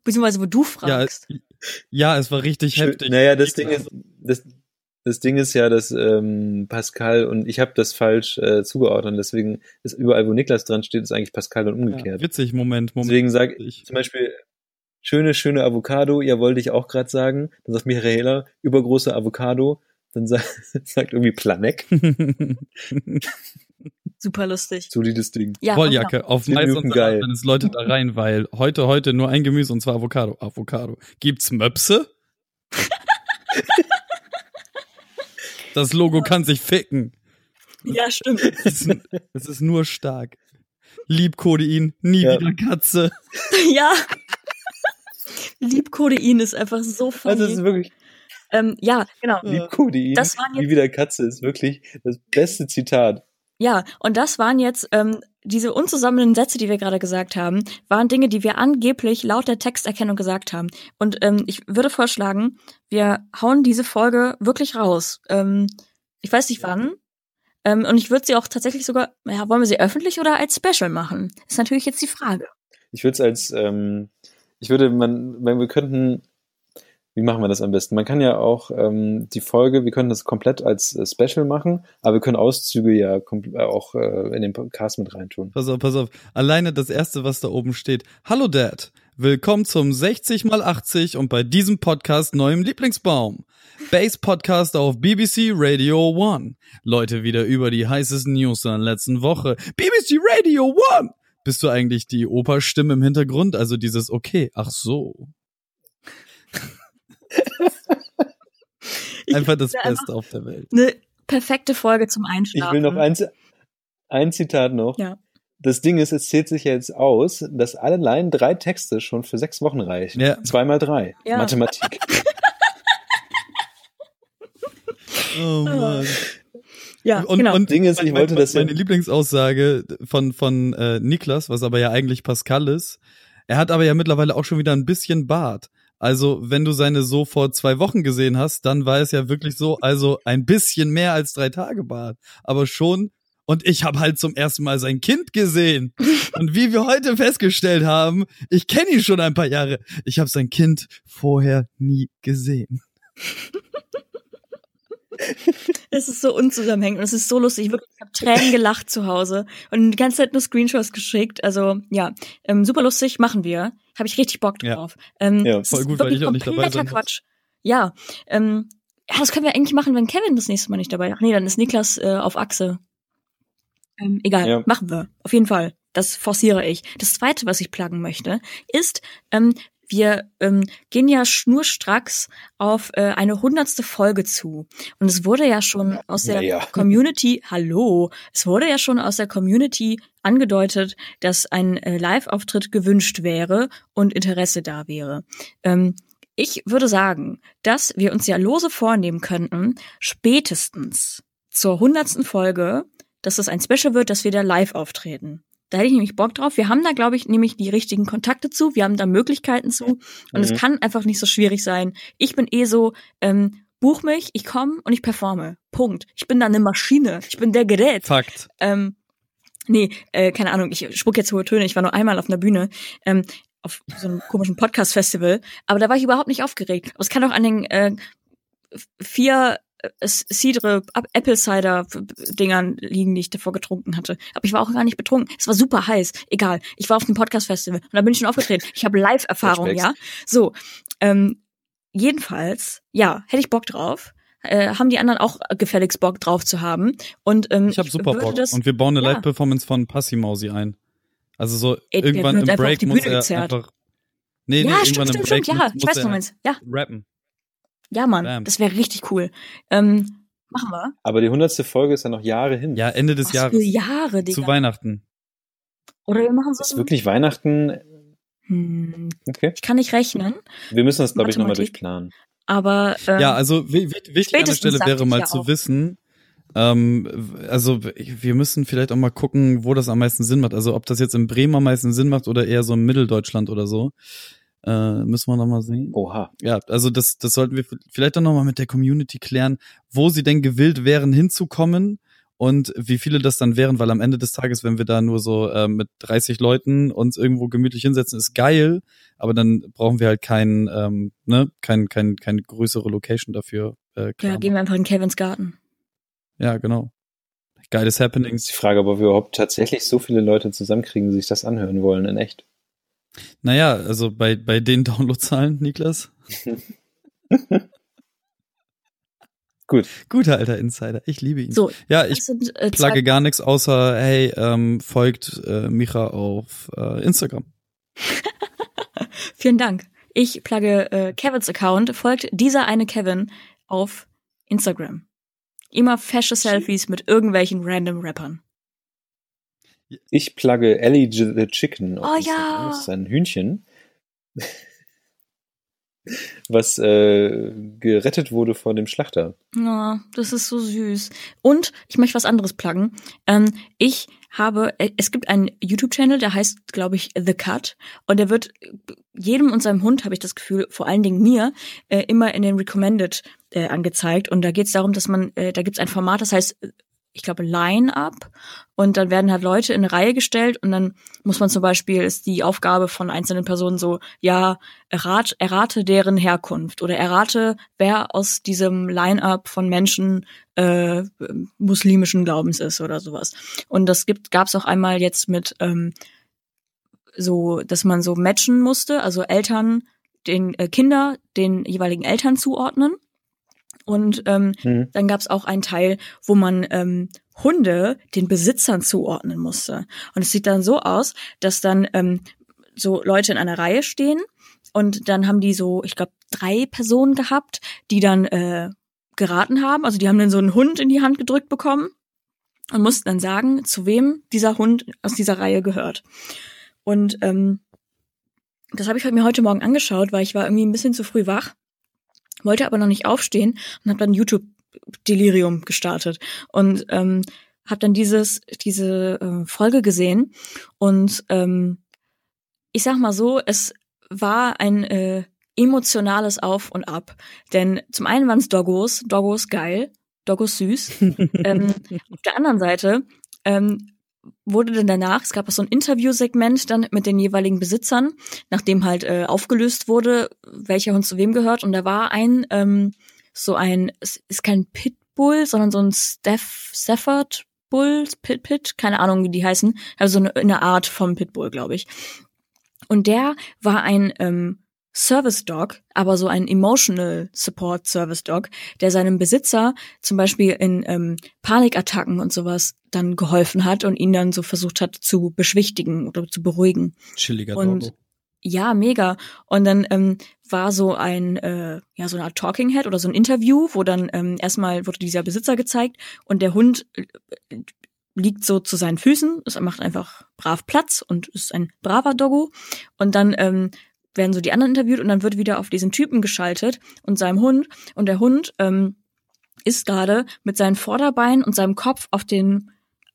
beziehungsweise wo du fragst. Ja, es war richtig heftig. Naja, das Ding ist ja, dass Pascal und ich habe das falsch zugeordnet, deswegen ist überall, wo Niklas dran steht, ist eigentlich Pascal und umgekehrt. Ja, witzig, Moment. Deswegen sage ich zum Beispiel schöne Avocado, ja, wollte ich auch gerade sagen. Dann sagt Michaela, übergroße Avocado. Dann sagt irgendwie Planek. Super lustig. Solides Ding. Ja, Wolljacke genau. auf Mais und Salat, wenn es Leute da rein, weil heute nur ein Gemüse und zwar Avocado. Gibt's Möpse? Das Logo kann sich ficken. Ja, stimmt. Es ist nur stark. Liebkodein, nie wieder Katze. Ja. Liebkodein ist einfach so funny. Also es ist wirklich ja, genau. Liebkodein, Das waren jetzt, nie wieder Katze ist wirklich das beste Zitat. Ja, und das waren jetzt diese unzusammenhängenden Sätze, die wir gerade gesagt haben, waren Dinge, die wir angeblich laut der Texterkennung gesagt haben. Und ich würde vorschlagen, wir hauen diese Folge wirklich raus. Ich weiß nicht wann. Und ich würde sie auch tatsächlich sogar, ja, wollen wir sie öffentlich oder als Special machen? Ist natürlich jetzt die Frage. Ich würde es als, wir könnten, wie machen wir das am besten? Man kann ja auch die Folge, wir können das komplett als Special machen, aber wir können Auszüge ja auch in den Podcast mit reintun. Pass auf. Alleine das erste, was da oben steht. Hallo Dad, willkommen zum 60x80 und bei diesem Podcast neuem Lieblingsbaum. Base Podcast auf BBC Radio 1. Leute, wieder über die heißesten News der letzten Woche. BBC Radio 1! Bist du eigentlich die Operstimme im Hintergrund? Also dieses okay, ach so. Einfach das Beste auf der Welt. Eine perfekte Folge zum Einschlafen. Ich will noch ein Zitat noch. Ja. Das Ding ist, es zählt sich ja jetzt aus, dass allein 3 Texte schon für 6 Wochen reichen. Ja. 2 mal 3. Ja. Mathematik. Oh Mann. Ja, und, genau. Und Ding ist, ich wollte das meine Lieblingsaussage von Niklas, was aber ja eigentlich Pascal ist, er hat aber ja mittlerweile auch schon wieder ein bisschen Bart. Also, wenn du seine so vor 2 Wochen gesehen hast, dann war es ja wirklich so, also ein bisschen mehr als 3 Tage Bart. Aber schon, und ich habe halt zum ersten Mal sein Kind gesehen. Und wie wir heute festgestellt haben, ich kenne ihn schon ein paar Jahre. Ich habe sein Kind vorher nie gesehen. Es ist so unzusammenhängend und es ist so lustig. Ich habe Tränen gelacht zu Hause und die ganze Zeit nur Screenshots geschickt. Also ja, super lustig, machen wir. Habe ich richtig Bock drauf. Ja, voll gut, weil ich auch nicht dabei sein Quatsch. Ja, das können wir eigentlich machen, wenn Kevin das nächste Mal nicht dabei ist. Ach nee, dann ist Niklas auf Achse. Egal, Ja. machen wir. Auf jeden Fall. Das forciere ich. Das Zweite, was ich pluggen möchte, ist, wir gehen ja schnurstracks auf eine 100. Folge zu. Und es wurde ja schon aus der Community, es wurde ja schon aus der Community angedeutet, dass ein Live-Auftritt gewünscht wäre und Interesse da wäre. Ich würde sagen, dass wir uns ja lose vornehmen könnten, spätestens zur 100. Folge, dass es ein Special wird, dass wir da live auftreten. Da hätte ich nämlich Bock drauf. Wir haben da, glaube ich, nämlich die richtigen Kontakte zu. Wir haben da Möglichkeiten zu. Und es kann einfach nicht so schwierig sein. Ich bin so, buch mich, ich komme und ich performe. Punkt. Ich bin da eine Maschine. Ich bin der Gerät. Fakt. Keine Ahnung. Ich spuck jetzt hohe Töne. Ich war nur einmal auf einer Bühne. Auf so einem komischen Podcast-Festival. Aber da war ich überhaupt nicht aufgeregt. Aber es kann auch an den 4 Cidre, Apple Cider Dingern liegen, die ich davor getrunken hatte. Aber ich war auch gar nicht betrunken. Es war super heiß. Egal. Ich war auf dem Podcast Festival und da bin ich schon aufgetreten. Ich habe Live-Erfahrung, ja. So. Jedenfalls, ja, hätte ich Bock drauf. Haben die anderen auch gefälligst Bock drauf zu haben. Und ich habe super Bock. Und wir bauen eine Live-Performance von Passimausi ein. Also so irgendwann im Break muss er einfach. Nee, irgendwann im Break ja, ich weiß, was du meinst. Ja. Rappen. Ja, Mann, das wäre richtig cool. Machen wir. Aber die 100. Folge ist ja noch Jahre hin. Ja, Ende des Jahres. Für Jahre, Digga. Zu Weihnachten. Oder wir machen so. Ist wirklich Weihnachten? Okay. Ich kann nicht rechnen. Wir müssen das, glaube ich, nochmal durchplanen. Aber ja, also wichtig an der Stelle wäre mal zu wissen, also wir müssen vielleicht auch mal gucken, wo das am meisten Sinn macht. Also ob das jetzt in Bremen am meisten Sinn macht oder eher so in Mitteldeutschland oder so. Müssen wir noch mal sehen. Oha. Ja, also das sollten wir vielleicht auch noch mal mit der Community klären, wo sie denn gewillt wären hinzukommen und wie viele das dann wären, weil am Ende des Tages, wenn wir da nur so mit 30 Leuten uns irgendwo gemütlich hinsetzen, ist geil, aber dann brauchen wir halt keine größere Location dafür. Ja, gehen wir einfach in Kevins Garten. Ja, genau. Geiles Happening. Das ist die Frage, ob wir überhaupt tatsächlich so viele Leute zusammenkriegen, die sich das anhören wollen, in echt. Naja, also bei den Downloadzahlen, Niklas. Gut. Guter alter Insider, ich liebe ihn. So, ja, ich plugge gar nichts außer, hey, folgt Micha auf Instagram. Vielen Dank. Ich plugge Kevins Account, folgt dieser eine Kevin auf Instagram. Immer fesche Selfies mit irgendwelchen random Rappern. Ich plugge Ellie the Chicken auf Instagram. Ja. Das ist ein Hühnchen, was gerettet wurde vor dem Schlachter. Oh, das ist so süß. Und ich möchte was anderes pluggen. Es gibt einen YouTube-Channel, der heißt, glaube ich, The Cut. Und der wird jedem und seinem Hund, habe ich das Gefühl, vor allen Dingen mir, immer in den Recommended angezeigt. Und da geht es darum, dass da gibt es ein Format, das heißt, ich glaube, Line-Up. Und dann werden halt Leute in eine Reihe gestellt und dann muss man zum Beispiel, ist die Aufgabe von einzelnen Personen so, ja, errate deren Herkunft oder errate, wer aus diesem Line-Up von Menschen muslimischen Glaubens ist oder sowas. Und das gab's auch einmal jetzt mit so, dass man so matchen musste, also Eltern, Kinder den jeweiligen Eltern zuordnen. Und dann gab's auch einen Teil, wo man Hunde den Besitzern zuordnen musste. Und es sieht dann so aus, dass dann so Leute in einer Reihe stehen und dann haben die so, ich glaube, 3 Personen gehabt, die dann geraten haben. Also die haben dann so einen Hund in die Hand gedrückt bekommen und mussten dann sagen, zu wem dieser Hund aus dieser Reihe gehört. Und das habe ich mir heute Morgen angeschaut, weil ich war irgendwie ein bisschen zu früh wach. Wollte aber noch nicht aufstehen und habe dann YouTube-Delirium gestartet und habe dann diese Folge gesehen und ich sag mal so, es war ein emotionales Auf und Ab, denn zum einen waren es Doggos geil, Doggos süß. Auf der anderen Seite wurde dann danach, es gab auch so ein Interviewsegment dann mit den jeweiligen Besitzern, nachdem halt aufgelöst wurde, welcher Hund zu wem gehört. Und da war es ist kein Pitbull, sondern so ein Stafford Bull, Pit, keine Ahnung, wie die heißen. Also so eine Art vom Pitbull, glaube ich. Und der war ein Service Dog, aber so ein Emotional Support Service Dog, der seinem Besitzer zum Beispiel in Panikattacken und sowas dann geholfen hat und ihn dann so versucht hat zu beschwichtigen oder zu beruhigen. Chilliger und Doggo. Ja, mega. Und dann war so so eine Art Talking Head oder so ein Interview, wo dann erstmal wurde dieser Besitzer gezeigt und der Hund liegt so zu seinen Füßen, es macht einfach brav Platz und ist ein braver Doggo. Und dann werden so die anderen interviewt und dann wird wieder auf diesen Typen geschaltet und seinem Hund. Und der Hund ist gerade mit seinen Vorderbeinen und seinem Kopf auf dem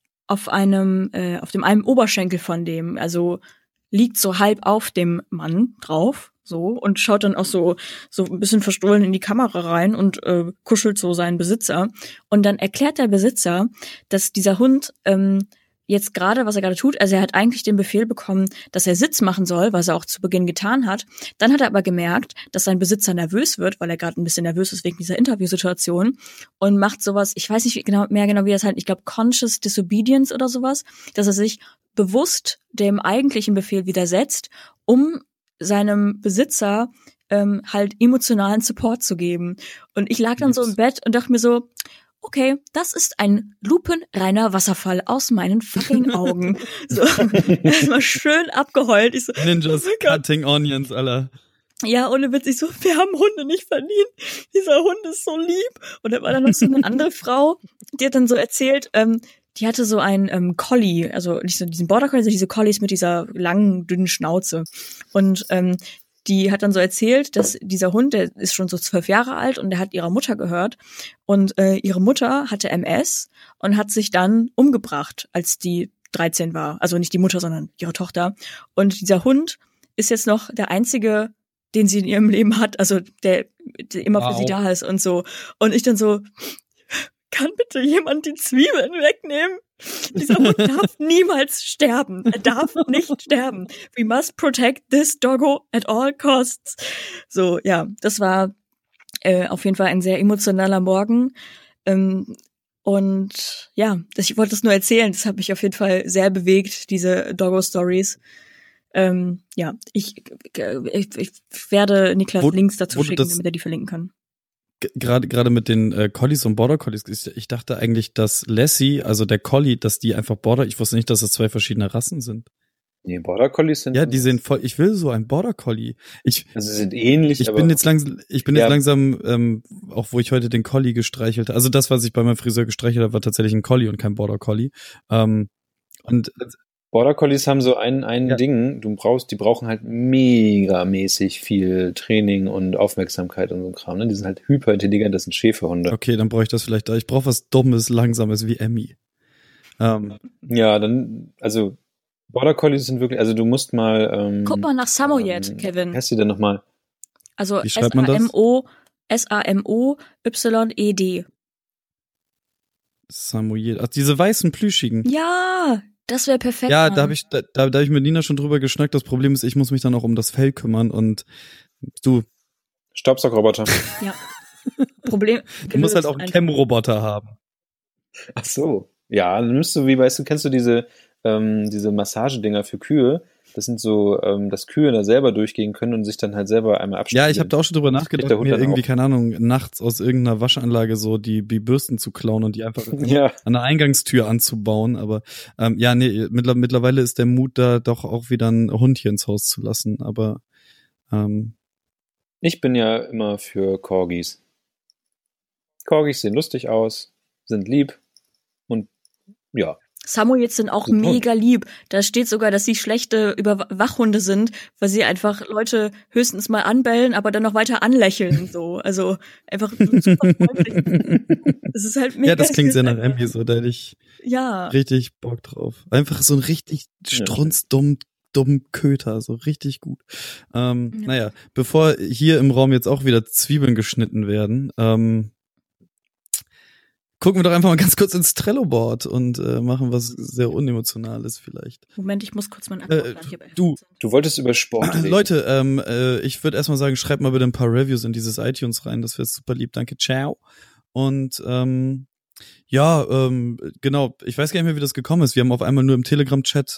einen Oberschenkel von dem, also liegt so halb auf dem Mann drauf, so, und schaut dann auch so ein bisschen verstohlen in die Kamera rein und kuschelt so seinen Besitzer. Und dann erklärt der Besitzer, dass dieser Hund jetzt gerade, was er gerade tut, also er hat eigentlich den Befehl bekommen, dass er Sitz machen soll, was er auch zu Beginn getan hat. Dann hat er aber gemerkt, dass sein Besitzer nervös wird, weil er gerade ein bisschen nervös ist wegen dieser Interviewsituation und macht sowas, ich weiß nicht mehr genau, wie das halt, ich glaube Conscious Disobedience oder sowas, dass er sich bewusst dem eigentlichen Befehl widersetzt, um seinem Besitzer halt emotionalen Support zu geben. Und ich lag dann so im Bett und dachte mir so, okay, das ist ein lupenreiner Wasserfall aus meinen fucking Augen. So, erstmal schön abgeheult. Ich so, Ninjas cutting onions, Alter. Ja, ohne Witz, ich so, wir haben Hunde nicht verdient. Dieser Hund ist so lieb. Und da war dann noch so eine andere Frau, die hat dann so erzählt, die hatte so einen Collie, also nicht so diesen Border Collie, sondern diese Collies mit dieser langen, dünnen Schnauze. Und die hat dann so erzählt, dass dieser Hund, der ist schon so 12 Jahre alt und der hat ihrer Mutter gehört. Und ihre Mutter hatte MS und hat sich dann umgebracht, als die 13 war. Also nicht die Mutter, sondern ihre Tochter. Und dieser Hund ist jetzt noch der einzige, den sie in ihrem Leben hat, also der immer für sie da ist und so. Und ich dann so, kann bitte jemand die Zwiebeln wegnehmen? Dieser Hund darf niemals sterben. Er darf nicht sterben. We must protect this doggo at all costs. So, ja, das war auf jeden Fall ein sehr emotionaler Morgen. Und ja, ich wollte es nur erzählen. Das hat mich auf jeden Fall sehr bewegt, diese Doggo-Stories. Ja, ich werde Niklas Links dazu schicken, damit er die verlinken kann. Gerade mit den Collies und Border Collies, ich dachte eigentlich, dass Lassie, also der Collie, dass die einfach ich wusste nicht, dass das 2 verschiedene Rassen sind. Nee, Border Collies sind. Ja, die sehen voll, ich will so ein Border Collie. Also sie sind ähnlich, ich bin jetzt langsam, auch wo ich heute den Collie gestreichelt habe. Also das, was ich bei meinem Friseur gestreichelt habe, war tatsächlich ein Collie und kein Border Collie. Und Border Collies haben so ein Ding, die brauchen halt megamäßig viel Training und Aufmerksamkeit und so ein Kram, ne? Die sind halt hyperintelligent, das sind Schäferhunde. Okay, dann brauche ich das vielleicht da. Ich brauche was Dummes, Langsames wie Emmy. Ja, dann, also Border Collies sind wirklich, also du musst mal guck mal nach Samoyed, Kevin. Wie heißt die denn nochmal? Also wie schreibt man das? Samoyed. Samoyed. Ach, diese weißen Plüschigen. Ja, das wäre perfekt. Ja, da hab ich mit Nina schon drüber geschnackt. Das Problem ist, ich muss mich dann auch um das Fell kümmern und du. Staubsaugerroboter. Ja. Problem. Du musst halt auch einen Cam-Roboter haben. Ach so. Ja, dann nimmst du, kennst du diese Massagedinger für Kühe? Das sind so, dass Kühe da selber durchgehen können und sich dann halt selber einmal abspielen. Ja, ich habe da auch schon drüber nachgedacht, mir irgendwie, keine Ahnung, nachts aus irgendeiner Waschanlage so die Bürsten zu klauen und die einfach an der Eingangstür anzubauen. Aber mittlerweile ist der Mut da doch auch wieder ein Hund hier ins Haus zu lassen. Aber ich bin ja immer für Corgis. Corgis sehen lustig aus, sind lieb und ja. Samoyeds sind auch mega lieb. Da steht sogar, dass sie schlechte Wachhunde sind, weil sie einfach Leute höchstens mal anbellen, aber dann noch weiter anlächeln. So, also einfach super freundlich. Das ist halt mega. Ja, das klingt sehr nach Emmy, so da hätte ich ja richtig Bock drauf. Einfach so ein richtig strunzdummen Köter, so richtig gut. Naja, bevor hier im Raum jetzt auch wieder Zwiebeln geschnitten werden, gucken wir doch einfach mal ganz kurz ins Trello-Board und machen was sehr Unemotionales vielleicht. Moment, ich muss kurz meinen Akku hier Du wolltest über Sport reden. Leute, ich würde erstmal sagen, schreibt mal bitte ein paar Reviews in dieses iTunes rein, das wäre super lieb, danke, ciao. Und genau, ich weiß gar nicht mehr, wie das gekommen ist. Wir haben auf einmal nur im Telegram-Chat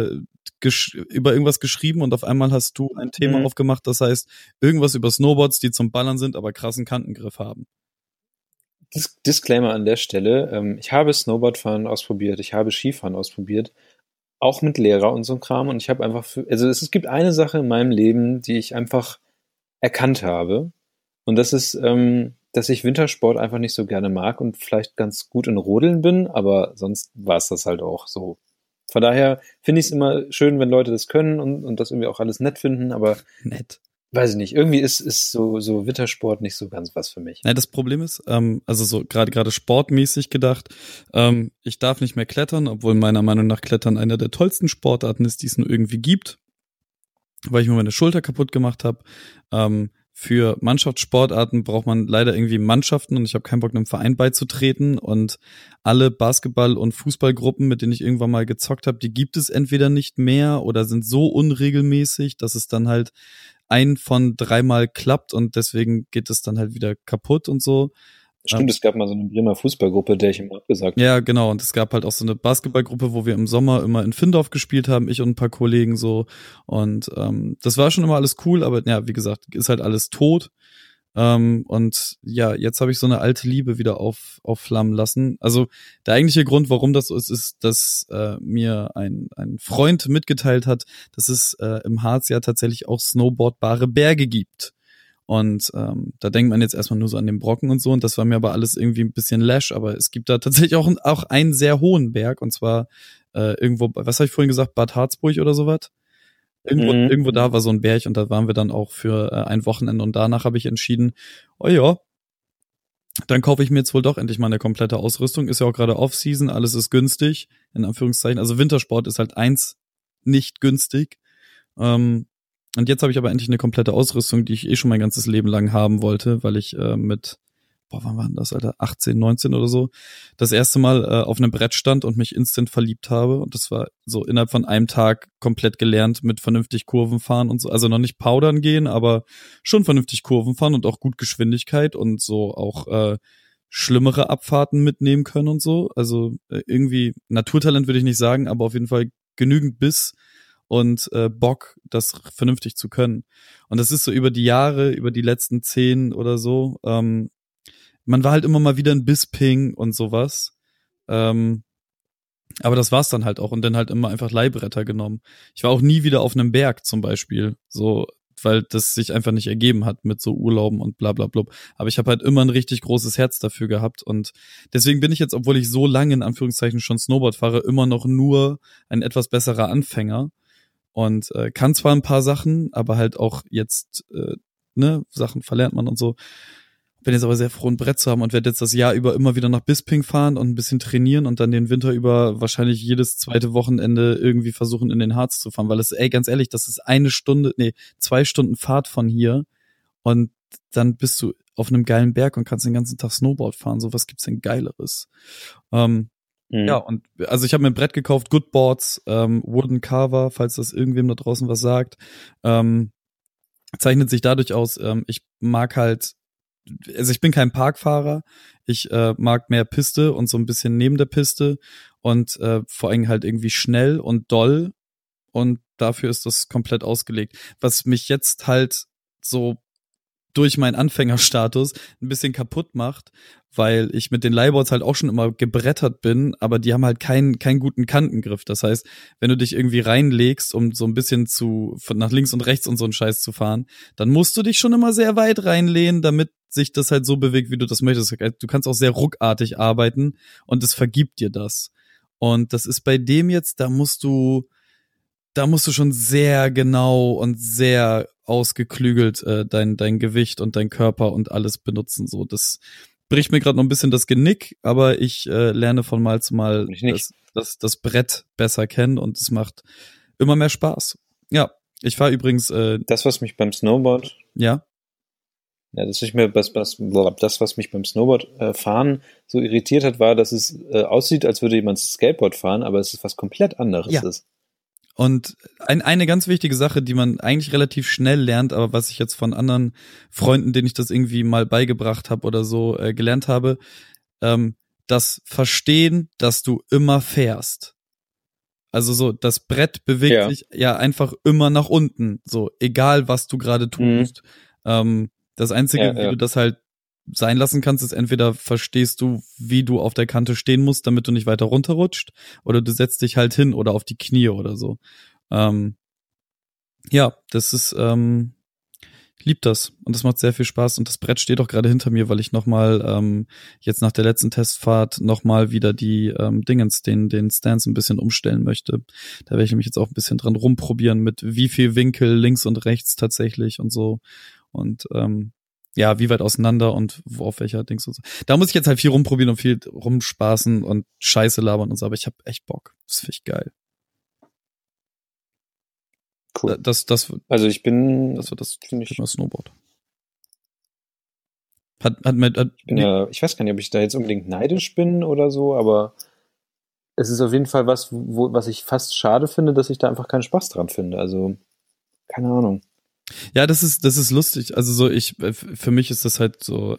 über irgendwas geschrieben und auf einmal hast du ein Thema aufgemacht, das heißt irgendwas über Snowboards, die zum Ballern sind, aber krassen Kantengriff haben. Disclaimer an der Stelle, ich habe Snowboardfahren ausprobiert, ich habe Skifahren ausprobiert, auch mit Lehrer und so ein Kram und ich habe einfach, es gibt eine Sache in meinem Leben, die ich einfach erkannt habe und das ist, dass ich Wintersport einfach nicht so gerne mag und vielleicht ganz gut in Rodeln bin, aber sonst war es das halt auch so. Von daher finde ich es immer schön, wenn Leute das können und das irgendwie auch alles nett finden, aber nett. Weiß ich nicht, irgendwie ist so Wintersport nicht so ganz was für mich. Ja, das Problem ist, also so gerade sportmäßig gedacht, ich darf nicht mehr klettern, obwohl meiner Meinung nach Klettern einer der tollsten Sportarten ist, die es nur irgendwie gibt, weil ich mir meine Schulter kaputt gemacht habe. Für Mannschaftssportarten braucht man leider irgendwie Mannschaften und ich habe keinen Bock, einem Verein beizutreten und alle Basketball- und Fußballgruppen, mit denen ich irgendwann mal gezockt habe, die gibt es entweder nicht mehr oder sind so unregelmäßig, dass es dann halt ein von 3 Mal klappt und deswegen geht es dann halt wieder kaputt und so. Stimmt, es gab mal so eine Bremer Fußballgruppe, der ich immer abgesagt habe. Ja, genau. Und es gab halt auch so eine Basketballgruppe, wo wir im Sommer immer in Findorf gespielt haben, ich und ein paar Kollegen so. Und das war schon immer alles cool, aber ja, wie gesagt, ist halt alles tot. Und ja, jetzt habe ich so eine alte Liebe wieder aufflammen lassen. Also der eigentliche Grund, warum das so ist, dass mir ein Freund mitgeteilt hat, dass es im Harz ja tatsächlich auch snowboardbare Berge gibt. Und da denkt man jetzt erstmal nur so an den Brocken und so, und das war mir aber alles irgendwie ein bisschen lash, aber es gibt da tatsächlich auch einen sehr hohen Berg, und zwar irgendwo, was habe ich vorhin gesagt, Bad Harzburg oder sowas? Irgendwo da war so ein Berg, und da waren wir dann auch für ein Wochenende, und danach habe ich entschieden, oh ja, dann kaufe ich mir jetzt wohl doch endlich mal eine komplette Ausrüstung, ist ja auch gerade Off-Season, alles ist günstig, in Anführungszeichen, also Wintersport ist halt nicht günstig, und jetzt habe ich aber endlich eine komplette Ausrüstung, die ich schon mein ganzes Leben lang haben wollte, weil ich mit wann war denn das, Alter? 18, 19 oder so, das erste Mal auf einem Brett stand und mich instant verliebt habe. Und das war so innerhalb von einem Tag komplett gelernt mit vernünftig Kurven fahren und so. Also noch nicht powdern gehen, aber schon vernünftig Kurven fahren und auch gut Geschwindigkeit und so auch schlimmere Abfahrten mitnehmen können und so. Also irgendwie Naturtalent würde ich nicht sagen, aber auf jeden Fall genügend Biss und Bock, das vernünftig zu können. Und das ist so über die Jahre, über die letzten 10 oder so, man war halt immer mal wieder ein Bissping und sowas. Aber das war's dann halt auch und dann halt immer einfach Leihbretter genommen. Ich war auch nie wieder auf einem Berg zum Beispiel, so, weil das sich einfach nicht ergeben hat mit so Urlauben und bla bla bla. Aber ich habe halt immer ein richtig großes Herz dafür gehabt und deswegen bin ich jetzt, obwohl ich so lange in Anführungszeichen schon Snowboard fahre, immer noch nur ein etwas besserer Anfänger und kann zwar ein paar Sachen, aber halt auch jetzt Sachen verlernt man und so. Bin jetzt aber sehr froh, ein Brett zu haben und werde jetzt das Jahr über immer wieder nach Bisping fahren und ein bisschen trainieren und dann den Winter über wahrscheinlich jedes zweite Wochenende irgendwie versuchen, in den Harz zu fahren, weil es, ganz ehrlich, das ist 2 Stunden Fahrt von hier und dann bist du auf einem geilen Berg und kannst den ganzen Tag Snowboard fahren. So, was gibt's denn Geileres? Ja, und also ich habe mir ein Brett gekauft, Goodboards, Wooden Carver, falls das irgendwem da draußen was sagt. Zeichnet sich dadurch aus, ich mag halt, also ich bin kein Parkfahrer, ich mag mehr Piste und so ein bisschen neben der Piste und vor allem halt irgendwie schnell und doll und dafür ist das komplett ausgelegt. Was mich jetzt halt so durch meinen Anfängerstatus ein bisschen kaputt macht, weil ich mit den Leihboards halt auch schon immer gebrettert bin, aber die haben halt keinen guten Kantengriff. Das heißt, wenn du dich irgendwie reinlegst, um so ein bisschen von nach links und rechts und so einen Scheiß zu fahren, dann musst du dich schon immer sehr weit reinlehnen, damit sich das halt so bewegt, wie du das möchtest. Du kannst auch sehr ruckartig arbeiten und es vergibt dir das. Und das ist bei dem jetzt, da musst du schon sehr genau und sehr ausgeklügelt dein Gewicht und dein Körper und alles benutzen. So, das bricht mir gerade noch ein bisschen das Genick, aber ich lerne von Mal zu Mal das Brett besser kennen und es macht immer mehr Spaß. Ja, ich fahre übrigens das, was mich beim Snowboard das, was mich beim Snowboard fahren so irritiert hat, war, dass es aussieht, als würde jemand Skateboard fahren, aber es ist was komplett anderes ist. Und eine ganz wichtige Sache, die man eigentlich relativ schnell lernt, aber was ich jetzt von anderen Freunden, denen ich das irgendwie mal beigebracht habe oder so, gelernt habe, das Verstehen, dass du immer fährst. Also so, das Brett bewegt sich ja einfach immer nach unten, so, egal was du gerade tust. Das Einzige, wie du das halt sein lassen kannst, ist entweder verstehst du, wie du auf der Kante stehen musst, damit du nicht weiter runterrutscht, oder du setzt dich halt hin oder auf die Knie oder so. Ja, das ist, ich lieb das und das macht sehr viel Spaß und das Brett steht auch gerade hinter mir, weil ich nochmal jetzt nach der letzten Testfahrt nochmal wieder die den Stance ein bisschen umstellen möchte. Da werde ich nämlich jetzt auch ein bisschen dran rumprobieren mit wie viel Winkel links und rechts tatsächlich und so und ja, wie weit auseinander und wo auf welcher Dings und so. Da muss ich jetzt halt viel rumprobieren und viel rumspaßen und Scheiße labern und so, aber ich habe echt Bock. Das finde ich geil. Cool. Also ich bin, das finde ich Snowboard. Ich weiß gar nicht, ob ich da jetzt unbedingt neidisch bin oder so, aber es ist auf jeden Fall was ich fast schade finde, dass ich da einfach keinen Spaß dran finde. Also, keine Ahnung. Ja, das ist lustig. Also so für mich ist das halt so,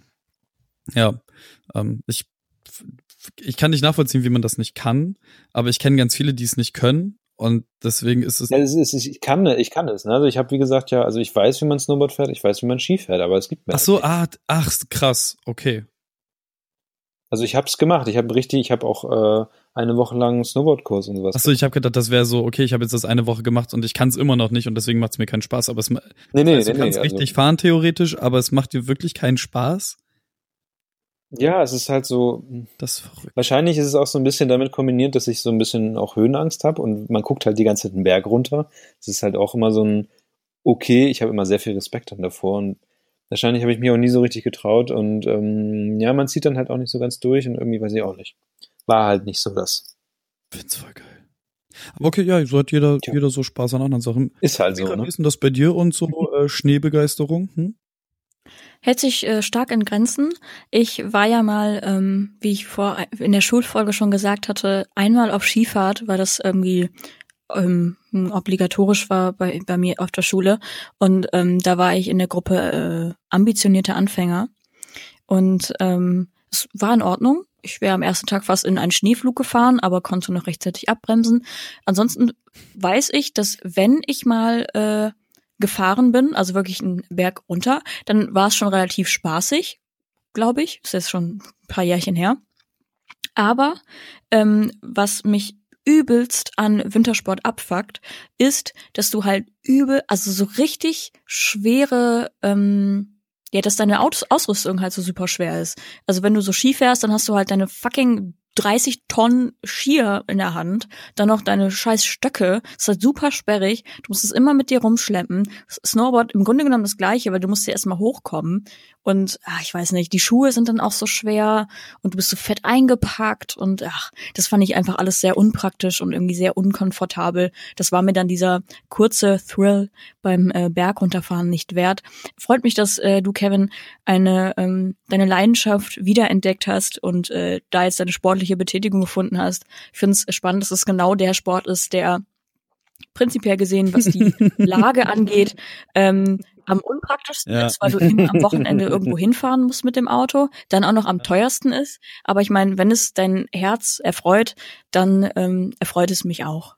ich kann nicht nachvollziehen, wie man das nicht kann, aber ich kenne ganz viele, die es nicht können und deswegen ist es. Ja, ich kann es. Ne? Also ich habe, wie gesagt, also ich weiß, wie man Snowboard fährt, ich weiß, wie man Ski fährt, aber es gibt mir. Ach so, krass, okay. Also ich habe es gemacht. Ich habe auch eine Woche lang einen Snowboardkurs und sowas. Achso, ich habe gedacht, das wäre so, okay, ich habe jetzt das eine Woche gemacht und ich kann es immer noch nicht und deswegen macht es mir keinen Spaß. Aber du kannst richtig fahren theoretisch, aber es macht dir wirklich keinen Spaß? Ja, es ist halt so. Das ist verrückt. Wahrscheinlich ist es auch so ein bisschen damit kombiniert, dass ich so ein bisschen auch Höhenangst habe und man guckt halt die ganze Zeit den Berg runter. Es ist halt auch immer so ein, okay, ich habe immer sehr viel Respekt dann davor und wahrscheinlich habe ich mich auch nie so richtig getraut und man zieht dann halt auch nicht so ganz durch und irgendwie weiß ich auch nicht. War halt nicht so das. Find's voll geil. Aber okay, ja, so hat jeder so Spaß an anderen Sachen. Ist halt so, ne? Wie ist denn das bei dir und so Schneebegeisterung? Hält sich stark in Grenzen. Ich war ja mal, wie ich in der Schulfolge schon gesagt hatte, einmal auf Skifahrt, weil das irgendwie obligatorisch war bei mir auf der Schule. Und da war ich in der Gruppe ambitionierte Anfänger. Und es war in Ordnung. Ich wäre am ersten Tag fast in einen Schneeflug gefahren, aber konnte noch rechtzeitig abbremsen. Ansonsten weiß ich, dass wenn ich mal gefahren bin, also wirklich einen Berg runter, dann war es schon relativ spaßig, glaube ich. Das ist jetzt schon ein paar Jährchen her. Aber was mich übelst an Wintersport abfuckt, ist, dass du halt also so richtig schwere dass deine Ausrüstung halt so super schwer ist. Also wenn du so Ski fährst, dann hast du halt deine fucking 30 Tonnen Skier in der Hand, dann noch deine scheiß Stöcke, das ist halt super sperrig, du musst es immer mit dir rumschleppen. Snowboard im Grunde genommen das Gleiche, weil du musst ja erstmal hochkommen und ich weiß nicht, die Schuhe sind dann auch so schwer und du bist so fett eingepackt und das fand ich einfach alles sehr unpraktisch und irgendwie sehr unkomfortabel. Das war mir dann dieser kurze Thrill beim Berg runterfahren nicht wert. Freut mich, dass du, Kevin, deine Leidenschaft wiederentdeckt hast und da jetzt deine sportliche Betätigung gefunden hast. Ich finde es spannend, dass es genau der Sport ist, der prinzipiell gesehen, was die Lage angeht, am unpraktischsten ist, weil du immer am Wochenende irgendwo hinfahren musst mit dem Auto, dann auch noch am teuersten ist. Aber ich meine, wenn es dein Herz erfreut, dann erfreut es mich auch.